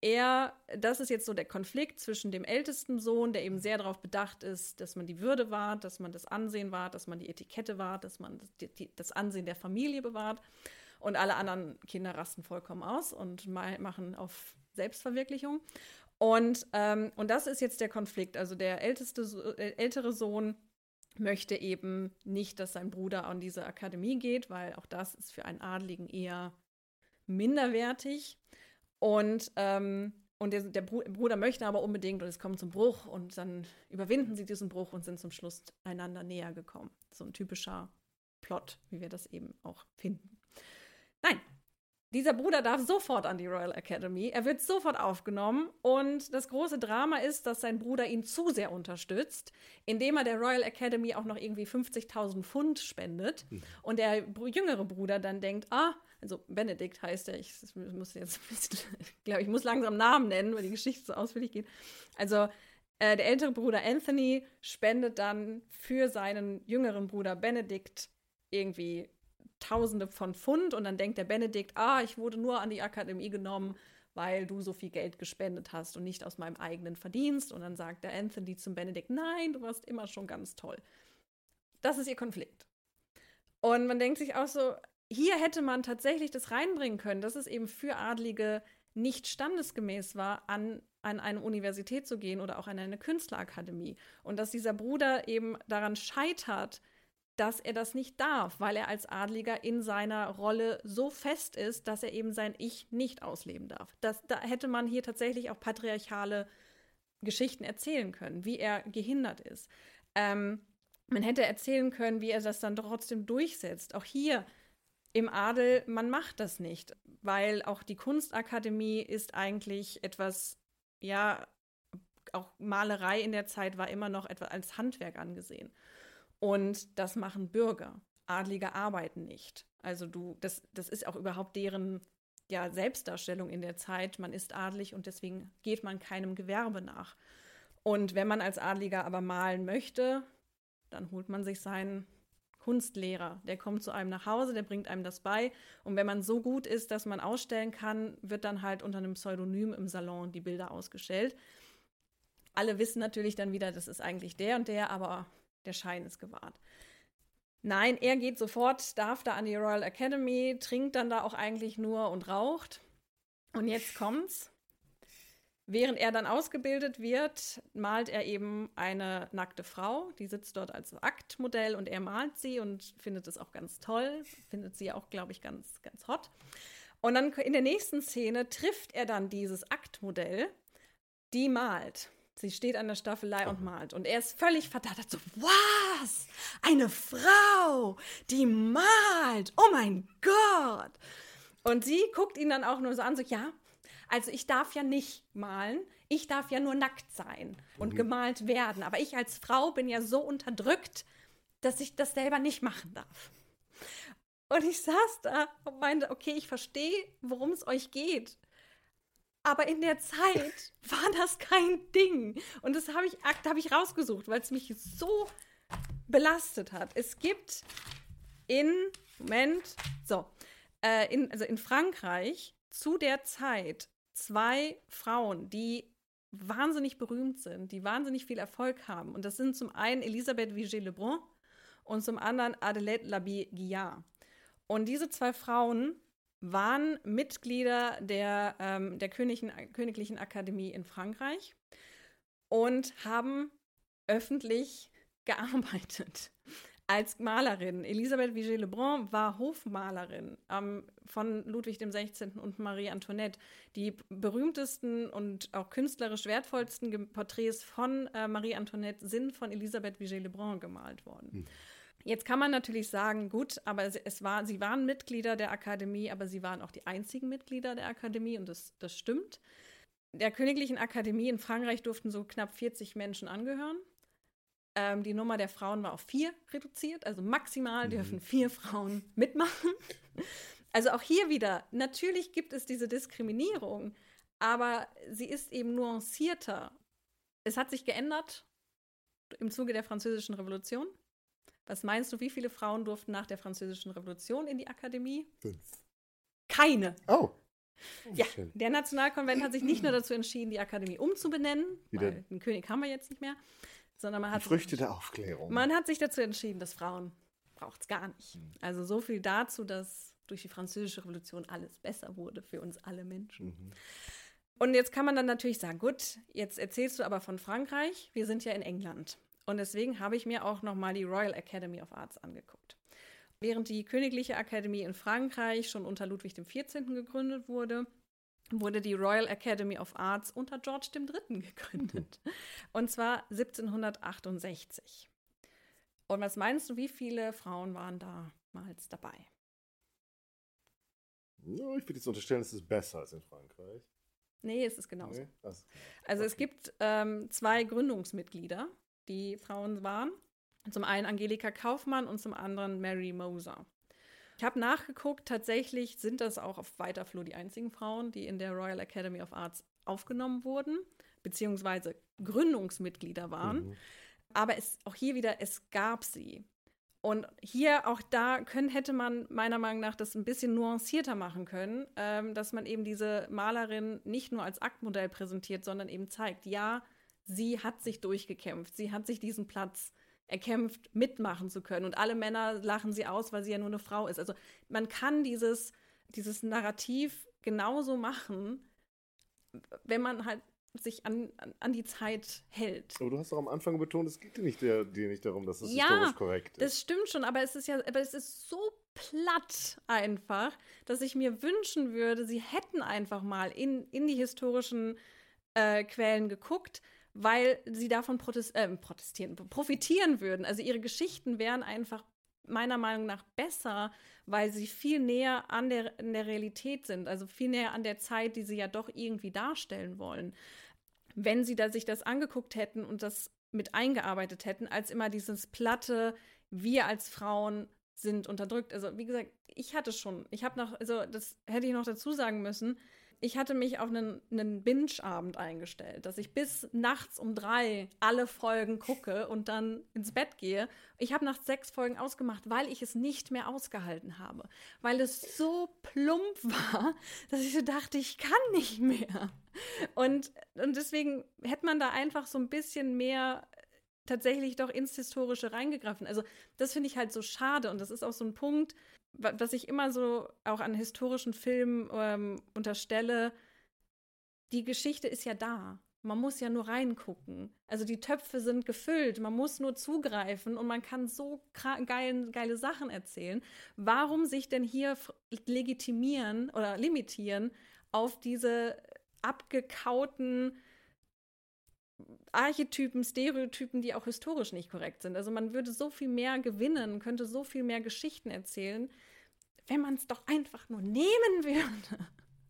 Speaker 2: das ist jetzt so der Konflikt zwischen dem ältesten Sohn, der eben sehr darauf bedacht ist, dass man die Würde wahrt, dass man das Ansehen wahrt, dass man die Etikette wahrt, dass man das Ansehen der Familie bewahrt. Und alle anderen Kinder rasten vollkommen aus und machen auf Selbstverwirklichung. Und das ist jetzt der Konflikt. Also der ältere Sohn möchte eben nicht, dass sein Bruder an diese Akademie geht, weil auch das ist für einen Adligen eher minderwertig. Und der Bruder möchte aber unbedingt und es kommt zum Bruch und dann überwinden sie diesen Bruch und sind zum Schluss einander näher gekommen. So ein typischer Plot, wie wir das eben auch finden. Nein, dieser Bruder darf sofort an die Royal Academy. Er wird sofort aufgenommen und das große Drama ist, dass sein Bruder ihn zu sehr unterstützt, indem er der Royal Academy auch noch irgendwie 50.000 Pfund spendet. Und der jüngere Bruder dann denkt, also Benedikt heißt er, ich muss langsam Namen nennen, weil die Geschichte so ausführlich geht. Also der ältere Bruder Anthony spendet dann für seinen jüngeren Bruder Benedikt irgendwie Tausende von Pfund und dann denkt der Benedikt, ich wurde nur an die Akademie genommen, weil du so viel Geld gespendet hast und nicht aus meinem eigenen Verdienst. Und dann sagt der Anthony zum Benedikt, nein, du warst immer schon ganz toll. Das ist ihr Konflikt. Und man denkt sich auch so, hier hätte man tatsächlich das reinbringen können, dass es eben für Adlige nicht standesgemäß war, an eine Universität zu gehen oder auch an eine Künstlerakademie. Und dass dieser Bruder eben daran scheitert, dass er das nicht darf, weil er als Adliger in seiner Rolle so fest ist, dass er eben sein Ich nicht ausleben darf. Da hätte man hier tatsächlich auch patriarchale Geschichten erzählen können, wie er gehindert ist. Man hätte erzählen können, wie er das dann trotzdem durchsetzt. Auch hier im Adel, man macht das nicht, weil auch die Kunstakademie ist eigentlich etwas, auch Malerei in der Zeit war immer noch etwas als Handwerk angesehen. Und das machen Bürger. Adlige arbeiten nicht. Also das ist auch überhaupt deren Selbstdarstellung in der Zeit. Man ist adlig und deswegen geht man keinem Gewerbe nach. Und wenn man als Adliger aber malen möchte, dann holt man sich seinen Kunstlehrer. Der kommt zu einem nach Hause, der bringt einem das bei. Und wenn man so gut ist, dass man ausstellen kann, wird dann halt unter einem Pseudonym im Salon die Bilder ausgestellt. Alle wissen natürlich dann wieder, das ist eigentlich der und der, aber der Schein ist gewahrt. Nein, er geht sofort, darf da an die Royal Academy, trinkt dann da auch eigentlich nur und raucht. Und jetzt kommt's. Während er dann ausgebildet wird, malt er eben eine nackte Frau. Die sitzt dort als Aktmodell und er malt sie und findet es auch ganz toll. Findet sie auch, glaube ich, ganz, ganz hot. Und dann in der nächsten Szene trifft er dann dieses Aktmodell, die malt. Sie steht an der Staffelei und malt. Und er ist völlig verdattert. So, was? Eine Frau, die malt. Oh mein Gott. Und sie guckt ihn dann auch nur so an, so, ja, also ich darf ja nicht malen. Ich darf ja nur nackt sein und gemalt werden. Aber ich als Frau bin ja so unterdrückt, dass ich das selber nicht machen darf. Und ich saß da und meinte, okay, ich verstehe, worum es euch geht. Aber in der Zeit war das kein Ding. Und das habe ich rausgesucht, weil es mich so belastet hat. Es gibt in Frankreich zu der Zeit 2 Frauen, die wahnsinnig berühmt sind, die wahnsinnig viel Erfolg haben. Und das sind zum einen Elisabeth Vigée-Lebrun und zum anderen Adelaide Labille-Guiard. Und diese 2 Frauen waren Mitglieder der Königlichen Akademie in Frankreich und haben öffentlich gearbeitet als Malerin. Elisabeth Vigée-Lebrun war Hofmalerin von Ludwig XVI. Und Marie Antoinette. Die berühmtesten und auch künstlerisch wertvollsten Porträts von Marie Antoinette sind von Elisabeth Vigée-Lebrun gemalt worden. Jetzt kann man natürlich sagen, gut, aber sie waren Mitglieder der Akademie, aber sie waren auch die einzigen Mitglieder der Akademie und das stimmt. Der Königlichen Akademie in Frankreich durften so knapp 40 Menschen angehören. Die Nummer der Frauen war auf 4 reduziert, also maximal dürfen 4 Frauen mitmachen. Also auch hier wieder, natürlich gibt es diese Diskriminierung, aber sie ist eben nuancierter. Es hat sich geändert im Zuge der Französischen Revolution. Was meinst du, wie viele Frauen durften nach der Französischen Revolution in die Akademie?
Speaker 1: 5.
Speaker 2: Keine.
Speaker 1: Oh.
Speaker 2: Ja, der Nationalkonvent hat sich nicht nur dazu entschieden, die Akademie umzubenennen, weil den König haben wir jetzt nicht mehr, sondern man hat
Speaker 1: Früchte der Aufklärung.
Speaker 2: Man hat sich dazu entschieden, dass Frauen braucht es gar nicht. Also so viel dazu, dass durch die Französische Revolution alles besser wurde für uns alle Menschen. Und jetzt kann man dann natürlich sagen, gut, jetzt erzählst du aber von Frankreich, wir sind ja in England. Und deswegen habe ich mir auch nochmal die Royal Academy of Arts angeguckt. Während die Königliche Akademie in Frankreich schon unter Ludwig XIV. Gegründet wurde, wurde die Royal Academy of Arts unter George III. Gegründet. Und zwar 1768. Und was meinst du, wie viele Frauen waren damals dabei?
Speaker 1: Ja, ich würde jetzt unterstellen, es ist besser als in Frankreich.
Speaker 2: Nee, es ist genauso. Nee, also es gibt 2 Gründungsmitglieder, die Frauen waren. Zum einen Angelika Kaufmann und zum anderen Mary Moser. Ich habe nachgeguckt, tatsächlich sind das auch auf weiter Flur die einzigen Frauen, die in der Royal Academy of Arts aufgenommen wurden, beziehungsweise Gründungsmitglieder waren. Aber auch hier wieder, es gab sie. Und hier, auch da hätte man meiner Meinung nach das ein bisschen nuancierter machen können, dass man eben diese Malerin nicht nur als Aktmodell präsentiert, sondern eben zeigt, ja, sie hat sich durchgekämpft, sie hat sich diesen Platz erkämpft, mitmachen zu können. Und alle Männer lachen sie aus, weil sie ja nur eine Frau ist. Also man kann dieses Narrativ genauso machen, wenn man halt sich an die Zeit hält.
Speaker 1: Aber du hast doch am Anfang betont, es geht dir nicht darum, dass es historisch korrekt ist.
Speaker 2: Ja, das stimmt schon, aber es ist so platt einfach, dass ich mir wünschen würde, sie hätten einfach mal in die historischen Quellen geguckt, weil sie davon profitieren würden. Also ihre Geschichten wären einfach meiner Meinung nach besser, weil sie viel näher in der Realität sind, also viel näher an der Zeit, die sie ja doch irgendwie darstellen wollen. Wenn sie sich das angeguckt hätten und das mit eingearbeitet hätten, als immer dieses platte, wir als Frauen sind unterdrückt. Also wie gesagt, das hätte ich noch dazu sagen müssen, ich hatte mich auf einen Binge-Abend eingestellt, dass ich bis nachts um 3 alle Folgen gucke und dann ins Bett gehe. Ich habe nach 6 Folgen ausgemacht, weil ich es nicht mehr ausgehalten habe. Weil es so plump war, dass ich so dachte, ich kann nicht mehr. Und deswegen hätte man da einfach so ein bisschen mehr tatsächlich doch ins Historische reingegriffen. Also das finde ich halt so schade und das ist auch so ein Punkt, was ich immer so auch an historischen Filmen unterstelle. Die Geschichte ist ja da. Man muss ja nur reingucken. Also die Töpfe sind gefüllt. Man muss nur zugreifen und man kann so geile Sachen erzählen. Warum sich denn hier legitimieren oder limitieren auf diese abgekauten Archetypen, Stereotypen, die auch historisch nicht korrekt sind. Also man würde so viel mehr gewinnen, könnte so viel mehr Geschichten erzählen, wenn man es doch einfach nur nehmen würde.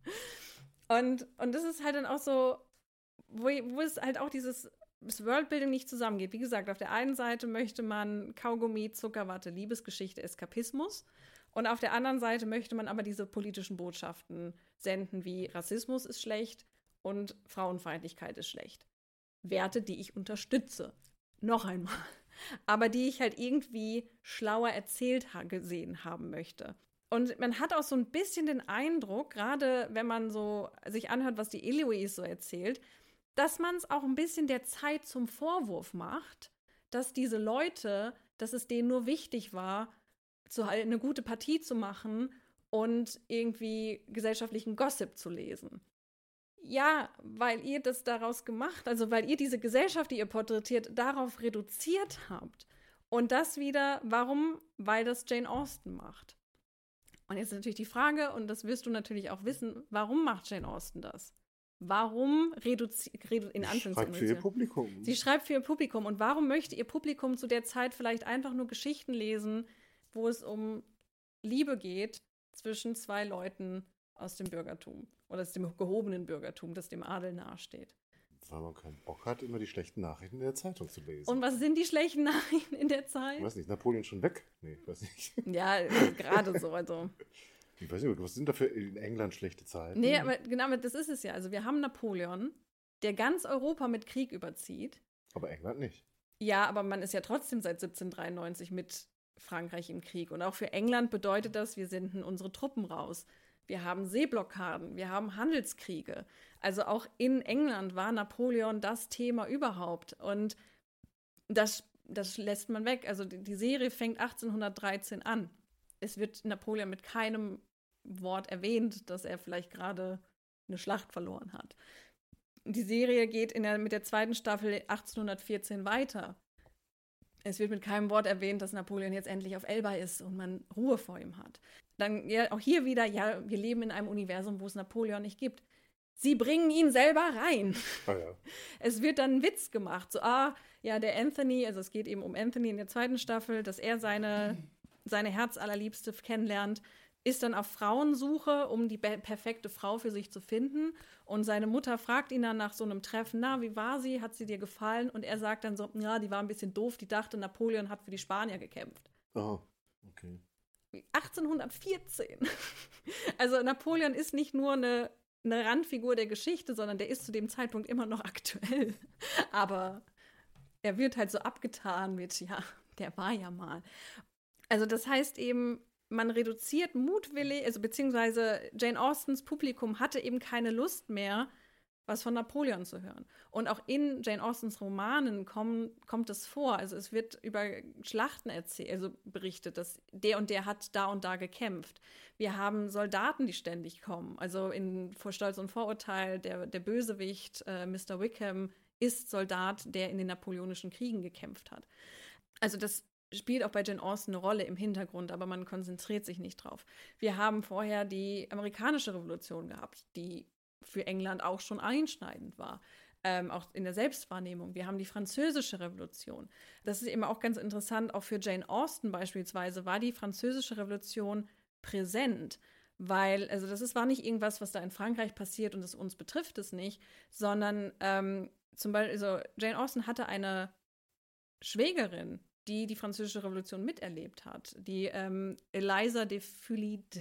Speaker 2: Und das ist halt dann auch so, wo es halt auch das Worldbuilding nicht zusammengeht. Wie gesagt, auf der einen Seite möchte man Kaugummi, Zuckerwatte, Liebesgeschichte, Eskapismus. Und auf der anderen Seite möchte man aber diese politischen Botschaften senden, wie Rassismus ist schlecht und Frauenfeindlichkeit ist schlecht. Werte, die ich unterstütze. Noch einmal. Aber die ich halt irgendwie schlauer erzählt gesehen haben möchte. Und man hat auch so ein bisschen den Eindruck, gerade wenn man so sich anhört, was die Eloise so erzählt, dass man es auch ein bisschen der Zeit zum Vorwurf macht, dass diese Leute, dass es denen nur wichtig war, eine gute Partie zu machen und irgendwie gesellschaftlichen Gossip zu lesen. Ja, weil ihr das daraus gemacht, also weil ihr diese Gesellschaft, die ihr porträtiert, darauf reduziert habt. Und das wieder, warum? Weil das Jane Austen macht. Und jetzt ist natürlich die Frage, und das wirst du natürlich auch wissen, warum macht Jane Austen das? Warum in Anführungszeichen?
Speaker 1: Sie schreibt für ihr Publikum.
Speaker 2: Sie schreibt für ihr Publikum. Und warum möchte ihr Publikum zu der Zeit vielleicht einfach nur Geschichten lesen, wo es um Liebe geht zwischen 2 Leuten aus dem Bürgertum oder aus dem gehobenen Bürgertum, das dem Adel nahesteht?
Speaker 1: Weil man keinen Bock hat, immer die schlechten Nachrichten in der Zeitung zu lesen.
Speaker 2: Und was sind die schlechten Nachrichten in der Zeit?
Speaker 1: Ich weiß nicht, Napoleon schon weg? Nee, ich weiß nicht.
Speaker 2: Ja, gerade so. Also.
Speaker 1: Ich weiß nicht, was sind da für in England schlechte Zeiten?
Speaker 2: Nee, aber genau, das ist es ja. Also wir haben Napoleon, der ganz Europa mit Krieg überzieht.
Speaker 1: Aber England nicht.
Speaker 2: Ja, aber man ist ja trotzdem seit 1793 mit Frankreich im Krieg. Und auch für England bedeutet das, wir senden unsere Truppen raus. wir haben Seeblockaden, wir haben Handelskriege. Also auch in England war Napoleon das Thema überhaupt. Und das lässt man weg. Also die Serie fängt 1813 an. Es wird Napoleon mit keinem Wort erwähnt, dass er vielleicht gerade eine Schlacht verloren hat. Die Serie geht mit der zweiten Staffel 1814 weiter. Es wird mit keinem Wort erwähnt, dass Napoleon jetzt endlich auf Elba ist und man Ruhe vor ihm hat. Dann ja, auch hier wieder, ja, wir leben in einem Universum, wo es Napoleon nicht gibt. Sie bringen ihn selber rein.
Speaker 1: Ah, ja.
Speaker 2: Es wird dann ein Witz gemacht. So, ja, der Anthony, also es geht eben um Anthony in der zweiten Staffel, dass er seine Herzallerliebste kennenlernt, ist dann auf Frauensuche, um die perfekte Frau für sich zu finden. Und seine Mutter fragt ihn dann nach so einem Treffen, na, wie war sie? Hat sie dir gefallen? Und er sagt dann so, ja, die war ein bisschen doof, die dachte, Napoleon hat für die Spanier gekämpft.
Speaker 1: Oh, okay.
Speaker 2: 1814. Also Napoleon ist nicht nur eine Randfigur der Geschichte, sondern der ist zu dem Zeitpunkt immer noch aktuell. Aber er wird halt so abgetan mit, ja, der war ja mal. Also das heißt eben, man reduziert mutwillig, also beziehungsweise Jane Austens Publikum hatte eben keine Lust mehr, was von Napoleon zu hören. Und auch in Jane Austens Romanen kommt es vor. Also es wird über Schlachten berichtet, dass der und der hat da und da gekämpft. Wir haben Soldaten, die ständig kommen. Also vor Stolz und Vorurteil, der Bösewicht, Mr. Wickham, ist Soldat, der in den napoleonischen Kriegen gekämpft hat. Also das spielt auch bei Jane Austen eine Rolle im Hintergrund, aber man konzentriert sich nicht drauf. Wir haben vorher die amerikanische Revolution gehabt, die für England auch schon einschneidend war, auch in der Selbstwahrnehmung. Wir haben die französische Revolution. Das ist eben auch ganz interessant, auch für Jane Austen beispielsweise war die französische Revolution präsent, weil, also war nicht irgendwas, was da in Frankreich passiert und uns betrifft es nicht, sondern zum Beispiel, also Jane Austen hatte eine Schwägerin, die französische Revolution miterlebt hat. Die Eliza de Fulid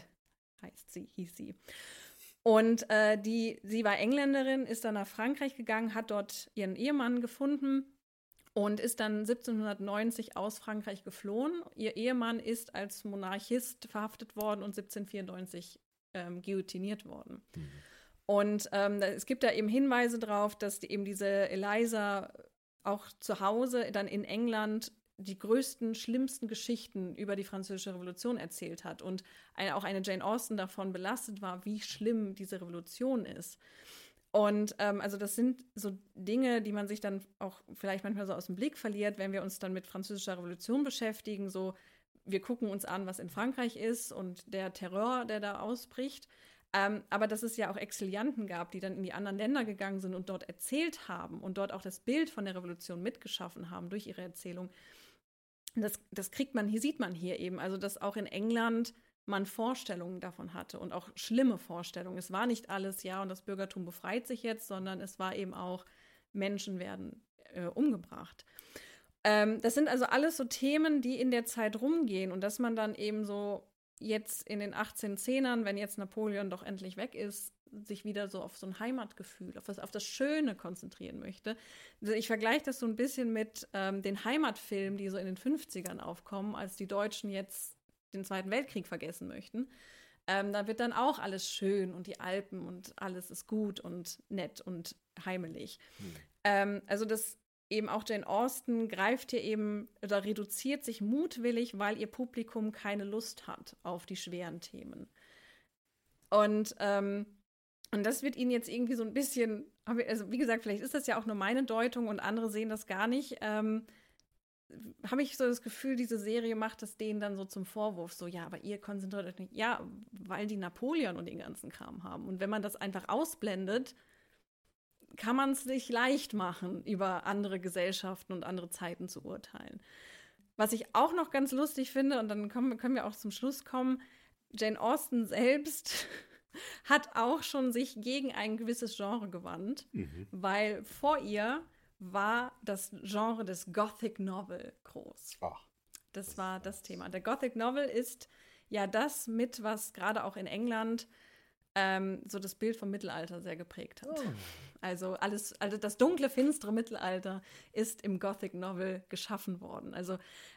Speaker 2: hieß sie. Und sie war Engländerin, ist dann nach Frankreich gegangen, hat dort ihren Ehemann gefunden und ist dann 1790 aus Frankreich geflohen. Ihr Ehemann ist als Monarchist verhaftet worden und 1794 guillotiniert worden. Mhm. Und es gibt da eben Hinweise drauf, dass diese Eliza auch zu Hause dann in England die größten, schlimmsten Geschichten über die französische Revolution erzählt hat und auch eine Jane Austen davon belastet war, wie schlimm diese Revolution ist. Und also das sind so Dinge, die man sich dann auch vielleicht manchmal so aus dem Blick verliert, wenn wir uns dann mit französischer Revolution beschäftigen. So, wir gucken uns an, was in Frankreich ist und der Terror, der da ausbricht. Aber dass es ja auch Exilianten gab, die dann in die anderen Länder gegangen sind und dort erzählt haben und dort auch das Bild von der Revolution mitgeschaffen haben durch ihre Erzählung. Das sieht man hier eben. Also, dass auch in England man Vorstellungen davon hatte und auch schlimme Vorstellungen. Es war nicht alles, ja, und das Bürgertum befreit sich jetzt, sondern es war eben auch, Menschen werden umgebracht. Das sind also alles so Themen, die in der Zeit rumgehen und dass man dann eben so jetzt in den 1810ern, wenn jetzt Napoleon doch endlich weg ist, sich wieder so auf so ein Heimatgefühl, auf das Schöne konzentrieren möchte. Also ich vergleiche das so ein bisschen mit den Heimatfilmen, die so in den 50ern aufkommen, als die Deutschen jetzt den Zweiten Weltkrieg vergessen möchten. Da wird dann auch alles schön und die Alpen und alles ist gut und nett und heimelig. Also das eben auch Jane Austen greift hier eben oder reduziert sich mutwillig, weil ihr Publikum keine Lust hat auf die schweren Themen. Und das wird ihnen jetzt irgendwie so ein bisschen, also wie gesagt, vielleicht ist das ja auch nur meine Deutung und andere sehen das gar nicht, habe ich so das Gefühl, diese Serie macht es denen dann so zum Vorwurf, so, ja, aber ihr konzentriert euch nicht, ja, weil die Napoleon und den ganzen Kram haben. Und wenn man das einfach ausblendet, kann man es sich leicht machen, über andere Gesellschaften und andere Zeiten zu urteilen. Was ich auch noch ganz lustig finde, und dann können wir auch zum Schluss kommen, Jane Austen selbst hat auch schon sich gegen ein gewisses Genre gewandt, weil vor ihr war das Genre des Gothic Novel groß. Ach, das war das Thema. Der Gothic Novel ist ja das mit, was gerade auch in England so das Bild vom Mittelalter sehr geprägt hat. Oh. Also das dunkle, finstere Mittelalter ist im Gothic Novel geschaffen worden. Also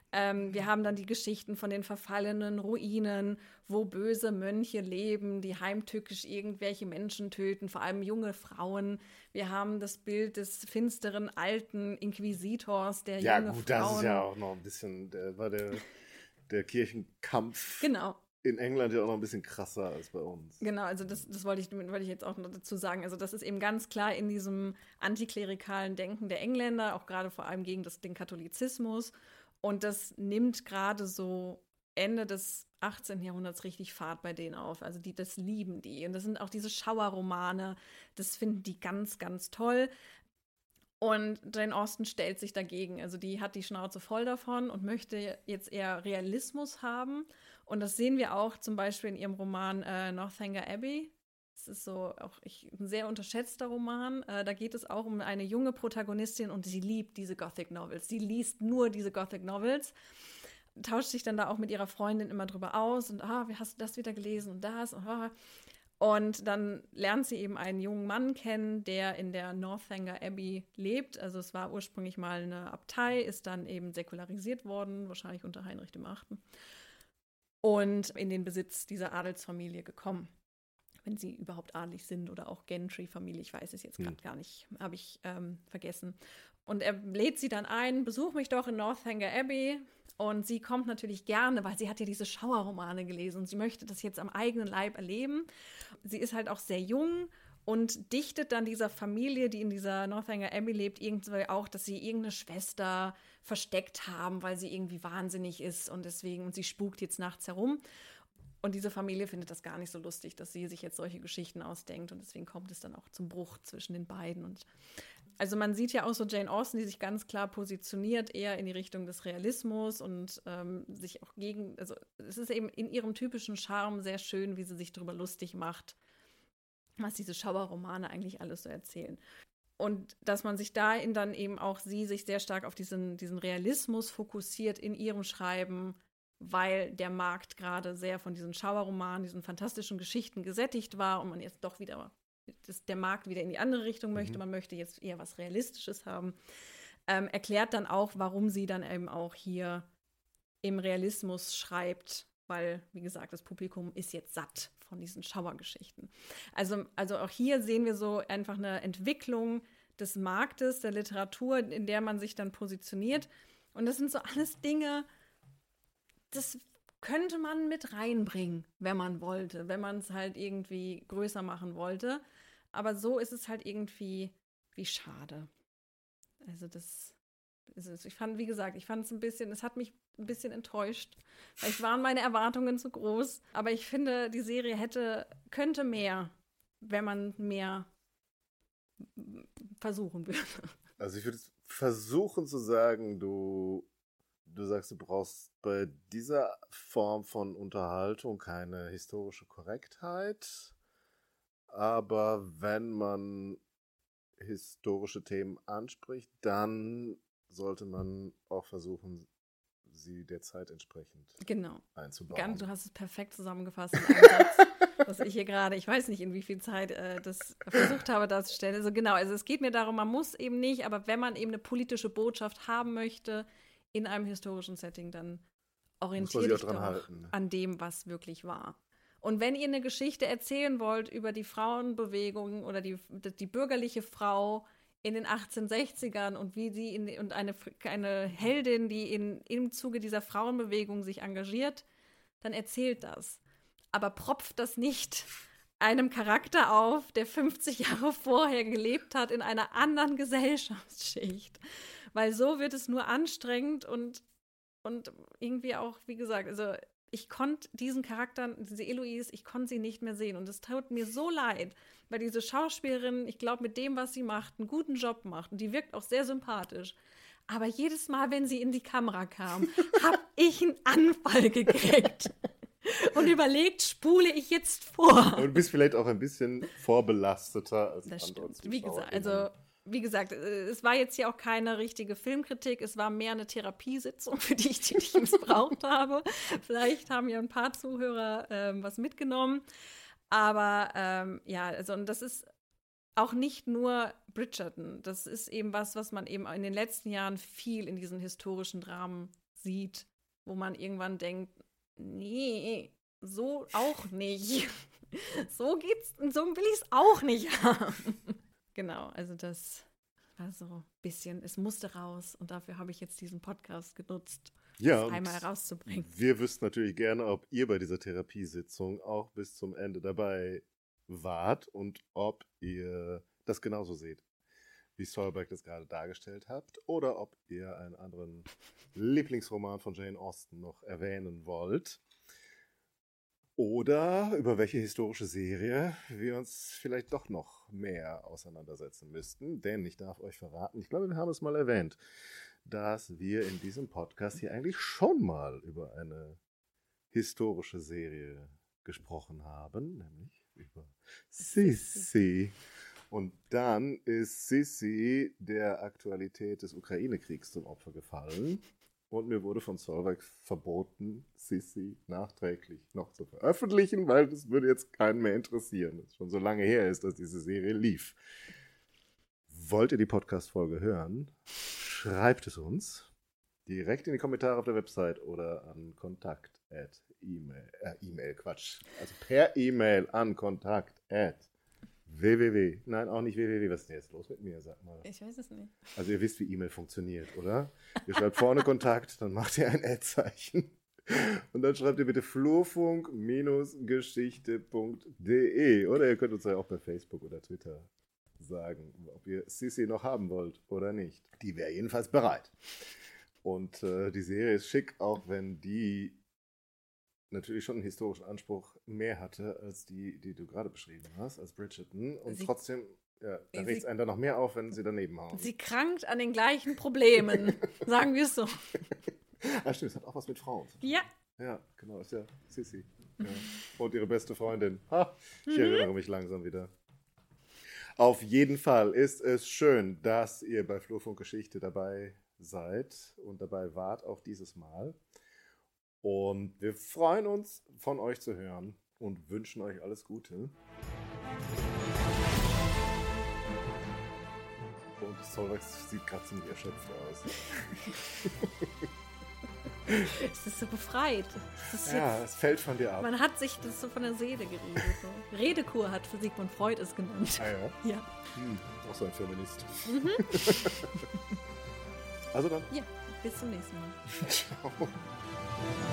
Speaker 2: Wir haben dann die Geschichten von den verfallenen Ruinen, wo böse Mönche leben, die heimtückisch irgendwelche Menschen töten, vor allem junge Frauen. Wir haben das Bild des finsteren alten Inquisitors, der junge Frauen... Ja gut,
Speaker 1: das ist ja auch noch ein bisschen, der Kirchenkampf in England ja auch noch ein bisschen krasser als bei uns.
Speaker 2: Genau, also das wollte ich jetzt auch noch dazu sagen. Also das ist eben ganz klar in diesem antiklerikalen Denken der Engländer, auch gerade vor allem gegen den Katholizismus. Und das nimmt gerade so Ende des 18. Jahrhunderts richtig Fahrt bei denen auf. Also das lieben die. Und das sind auch diese Schauerromane. Das finden die ganz, ganz toll. Und Jane Austen stellt sich dagegen. Also die hat die Schnauze voll davon und möchte jetzt eher Realismus haben. Und das sehen wir auch zum Beispiel in ihrem Roman Northanger Abbey. Das ist so auch ein sehr unterschätzter Roman. Da geht es auch um eine junge Protagonistin und sie liebt diese Gothic Novels. Sie liest nur diese Gothic Novels, tauscht sich dann da auch mit ihrer Freundin immer drüber aus und wie hast du das wieder gelesen und das und dann lernt sie eben einen jungen Mann kennen, der in der Northanger Abbey lebt. Also es war ursprünglich mal eine Abtei, ist dann eben säkularisiert worden, wahrscheinlich unter Heinrich VIII. Und in den Besitz dieser Adelsfamilie gekommen. Wenn sie überhaupt adelig sind oder auch Gentry-Familie, ich weiß es jetzt gerade gar nicht, habe ich vergessen. Und er lädt sie dann ein, besuch mich doch in Northanger Abbey. Und sie kommt natürlich gerne, weil sie hat ja diese Schauerromane gelesen und sie möchte das jetzt am eigenen Leib erleben. Sie ist halt auch sehr jung und dichtet dann dieser Familie, die in dieser Northanger Abbey lebt, irgendwie auch, dass sie irgendeine Schwester versteckt haben, weil sie irgendwie wahnsinnig ist und sie spukt jetzt nachts herum. Und diese Familie findet das gar nicht so lustig, dass sie sich jetzt solche Geschichten ausdenkt. Und deswegen kommt es dann auch zum Bruch zwischen den beiden. Und also man sieht ja auch so Jane Austen, die sich ganz klar positioniert, eher in die Richtung des Realismus und sich auch also es ist eben in ihrem typischen Charme sehr schön, wie sie sich darüber lustig macht, was diese Schauerromane eigentlich alles so erzählen. Und dass man sich dahin dann eben auch sie sich sehr stark auf diesen Realismus fokussiert in ihrem Schreiben, weil der Markt gerade sehr von diesen Schauerromanen, diesen fantastischen Geschichten gesättigt war und man jetzt doch wieder, der Markt wieder in die andere Richtung möchte. Man möchte jetzt eher was Realistisches haben. Erklärt dann auch, warum sie dann eben auch hier im Realismus schreibt, weil, wie gesagt, das Publikum ist jetzt satt von diesen Schauergeschichten. Also auch hier sehen wir so einfach eine Entwicklung des Marktes, der Literatur, in der man sich dann positioniert. Und das sind so alles Dinge, das könnte man mit reinbringen, wenn man wollte, wenn man es halt irgendwie größer machen wollte. Aber so ist es halt irgendwie wie schade. Also das ist es. Ich fand es es hat mich ein bisschen enttäuscht. Vielleicht waren meine Erwartungen zu groß. Aber ich finde, die Serie könnte mehr, wenn man mehr versuchen würde.
Speaker 1: Also ich würde versuchen zu sagen, du sagst, du brauchst bei dieser Form von Unterhaltung keine historische Korrektheit, aber wenn man historische Themen anspricht, dann sollte man auch versuchen, sie der Zeit entsprechend einzubauen.
Speaker 2: Du hast es perfekt zusammengefasst in einem Satz, was ich hier gerade, ich weiß nicht, in wie viel Zeit das versucht habe darzustellen. Also genau, es geht mir darum, man muss eben nicht, aber wenn man eben eine politische Botschaft haben möchte, in einem historischen Setting, dann orientiert euch doch an dem, was wirklich war. Und wenn ihr eine Geschichte erzählen wollt über die Frauenbewegung oder die bürgerliche Frau in den 1860ern und wie sie und eine Heldin, die im Zuge dieser Frauenbewegung sich engagiert, dann erzählt das. Aber propft das nicht einem Charakter auf, der 50 Jahre vorher gelebt hat in einer anderen Gesellschaftsschicht. Weil so wird es nur anstrengend und irgendwie auch, wie gesagt, also ich konnte diesen Charakteren, diese Eloise, ich konnte sie nicht mehr sehen. Und es tut mir so leid, weil diese Schauspielerin, ich glaube, mit dem, was sie macht, einen guten Job macht. Und die wirkt auch sehr sympathisch. Aber jedes Mal, wenn sie in die Kamera kam, habe ich einen Anfall gekriegt. Und überlegt, spule ich jetzt vor.
Speaker 1: Und du bist vielleicht auch ein bisschen vorbelasteter als
Speaker 2: das andere Zuschauer. Wie gesagt, es war jetzt hier auch keine richtige Filmkritik, es war mehr eine Therapiesitzung, für die ich missbraucht habe. Vielleicht haben ja ein paar Zuhörer was mitgenommen. Aber und das ist auch nicht nur Bridgerton. Das ist eben was man eben in den letzten Jahren viel in diesen historischen Dramen sieht, wo man irgendwann denkt, nee, so auch nicht. So will ich es auch nicht haben. Genau, also das war so ein bisschen, es musste raus und dafür habe ich jetzt diesen Podcast genutzt, das einmal herauszubringen.
Speaker 1: Wir wüssten natürlich gerne, ob ihr bei dieser Therapiesitzung auch bis zum Ende dabei wart und ob ihr das genauso seht, wie Stolberg das gerade dargestellt habt, oder ob ihr einen anderen Lieblingsroman von Jane Austen noch erwähnen wollt. Oder über welche historische Serie wir uns vielleicht doch noch mehr auseinandersetzen müssten. Denn ich darf euch verraten, ich glaube, wir haben es mal erwähnt, dass wir in diesem Podcast hier eigentlich schon mal über eine historische Serie gesprochen haben, nämlich über Sissi. Und dann ist Sissi der Aktualität des Ukraine-Kriegs zum Opfer gefallen. Und mir wurde von Stolberg verboten, Sissi nachträglich noch zu veröffentlichen, weil das würde jetzt keinen mehr interessieren. Das schon so lange her ist, dass diese Serie lief. Wollt ihr die Podcast-Folge hören? Schreibt es uns direkt in die Kommentare auf der Website oder an also per E-Mail an kontakt@www. Nein, auch nicht www. Was ist denn jetzt los mit mir? Sag mal.
Speaker 2: Ich weiß es nicht.
Speaker 1: Also ihr wisst, wie E-Mail funktioniert, oder? Ihr schreibt vorne Kontakt, dann macht ihr ein Ad-Zeichen. Und dann schreibt ihr bitte flurfunk-geschichte.de. Oder ihr könnt uns ja auch bei Facebook oder Twitter sagen, ob ihr Sissi noch haben wollt oder nicht. Die wäre jedenfalls bereit. Und die Serie ist schick, auch wenn die natürlich schon einen historischen Anspruch mehr hatte, als die du gerade beschrieben hast, als Bridgerton. Und trotzdem, da regt es einen dann noch mehr auf, wenn sie daneben hauen.
Speaker 2: Sie krankt an den gleichen Problemen, sagen wir es so.
Speaker 1: Stimmt, es hat auch was mit Frauen zu tun.
Speaker 2: Ja.
Speaker 1: Ja, genau, ist ja Sissi. Ja. Und ihre beste Freundin. Ich erinnere mich langsam wieder. Auf jeden Fall ist es schön, dass ihr bei Flurfunk Geschichte dabei seid und dabei wart, auch dieses Mal. Und wir freuen uns, von euch zu hören und wünschen euch alles Gute. Und Stolberg sieht gerade ziemlich erschöpft aus.
Speaker 2: Es ist so befreit.
Speaker 1: Es fällt von dir ab.
Speaker 2: Man hat sich das so von der Seele geredet. So. Redekur hat für Sigmund Freud es genannt.
Speaker 1: Ah ja?
Speaker 2: Ja.
Speaker 1: Auch so ein Feminist. Also dann.
Speaker 2: Ja, bis zum nächsten Mal.
Speaker 1: Ciao.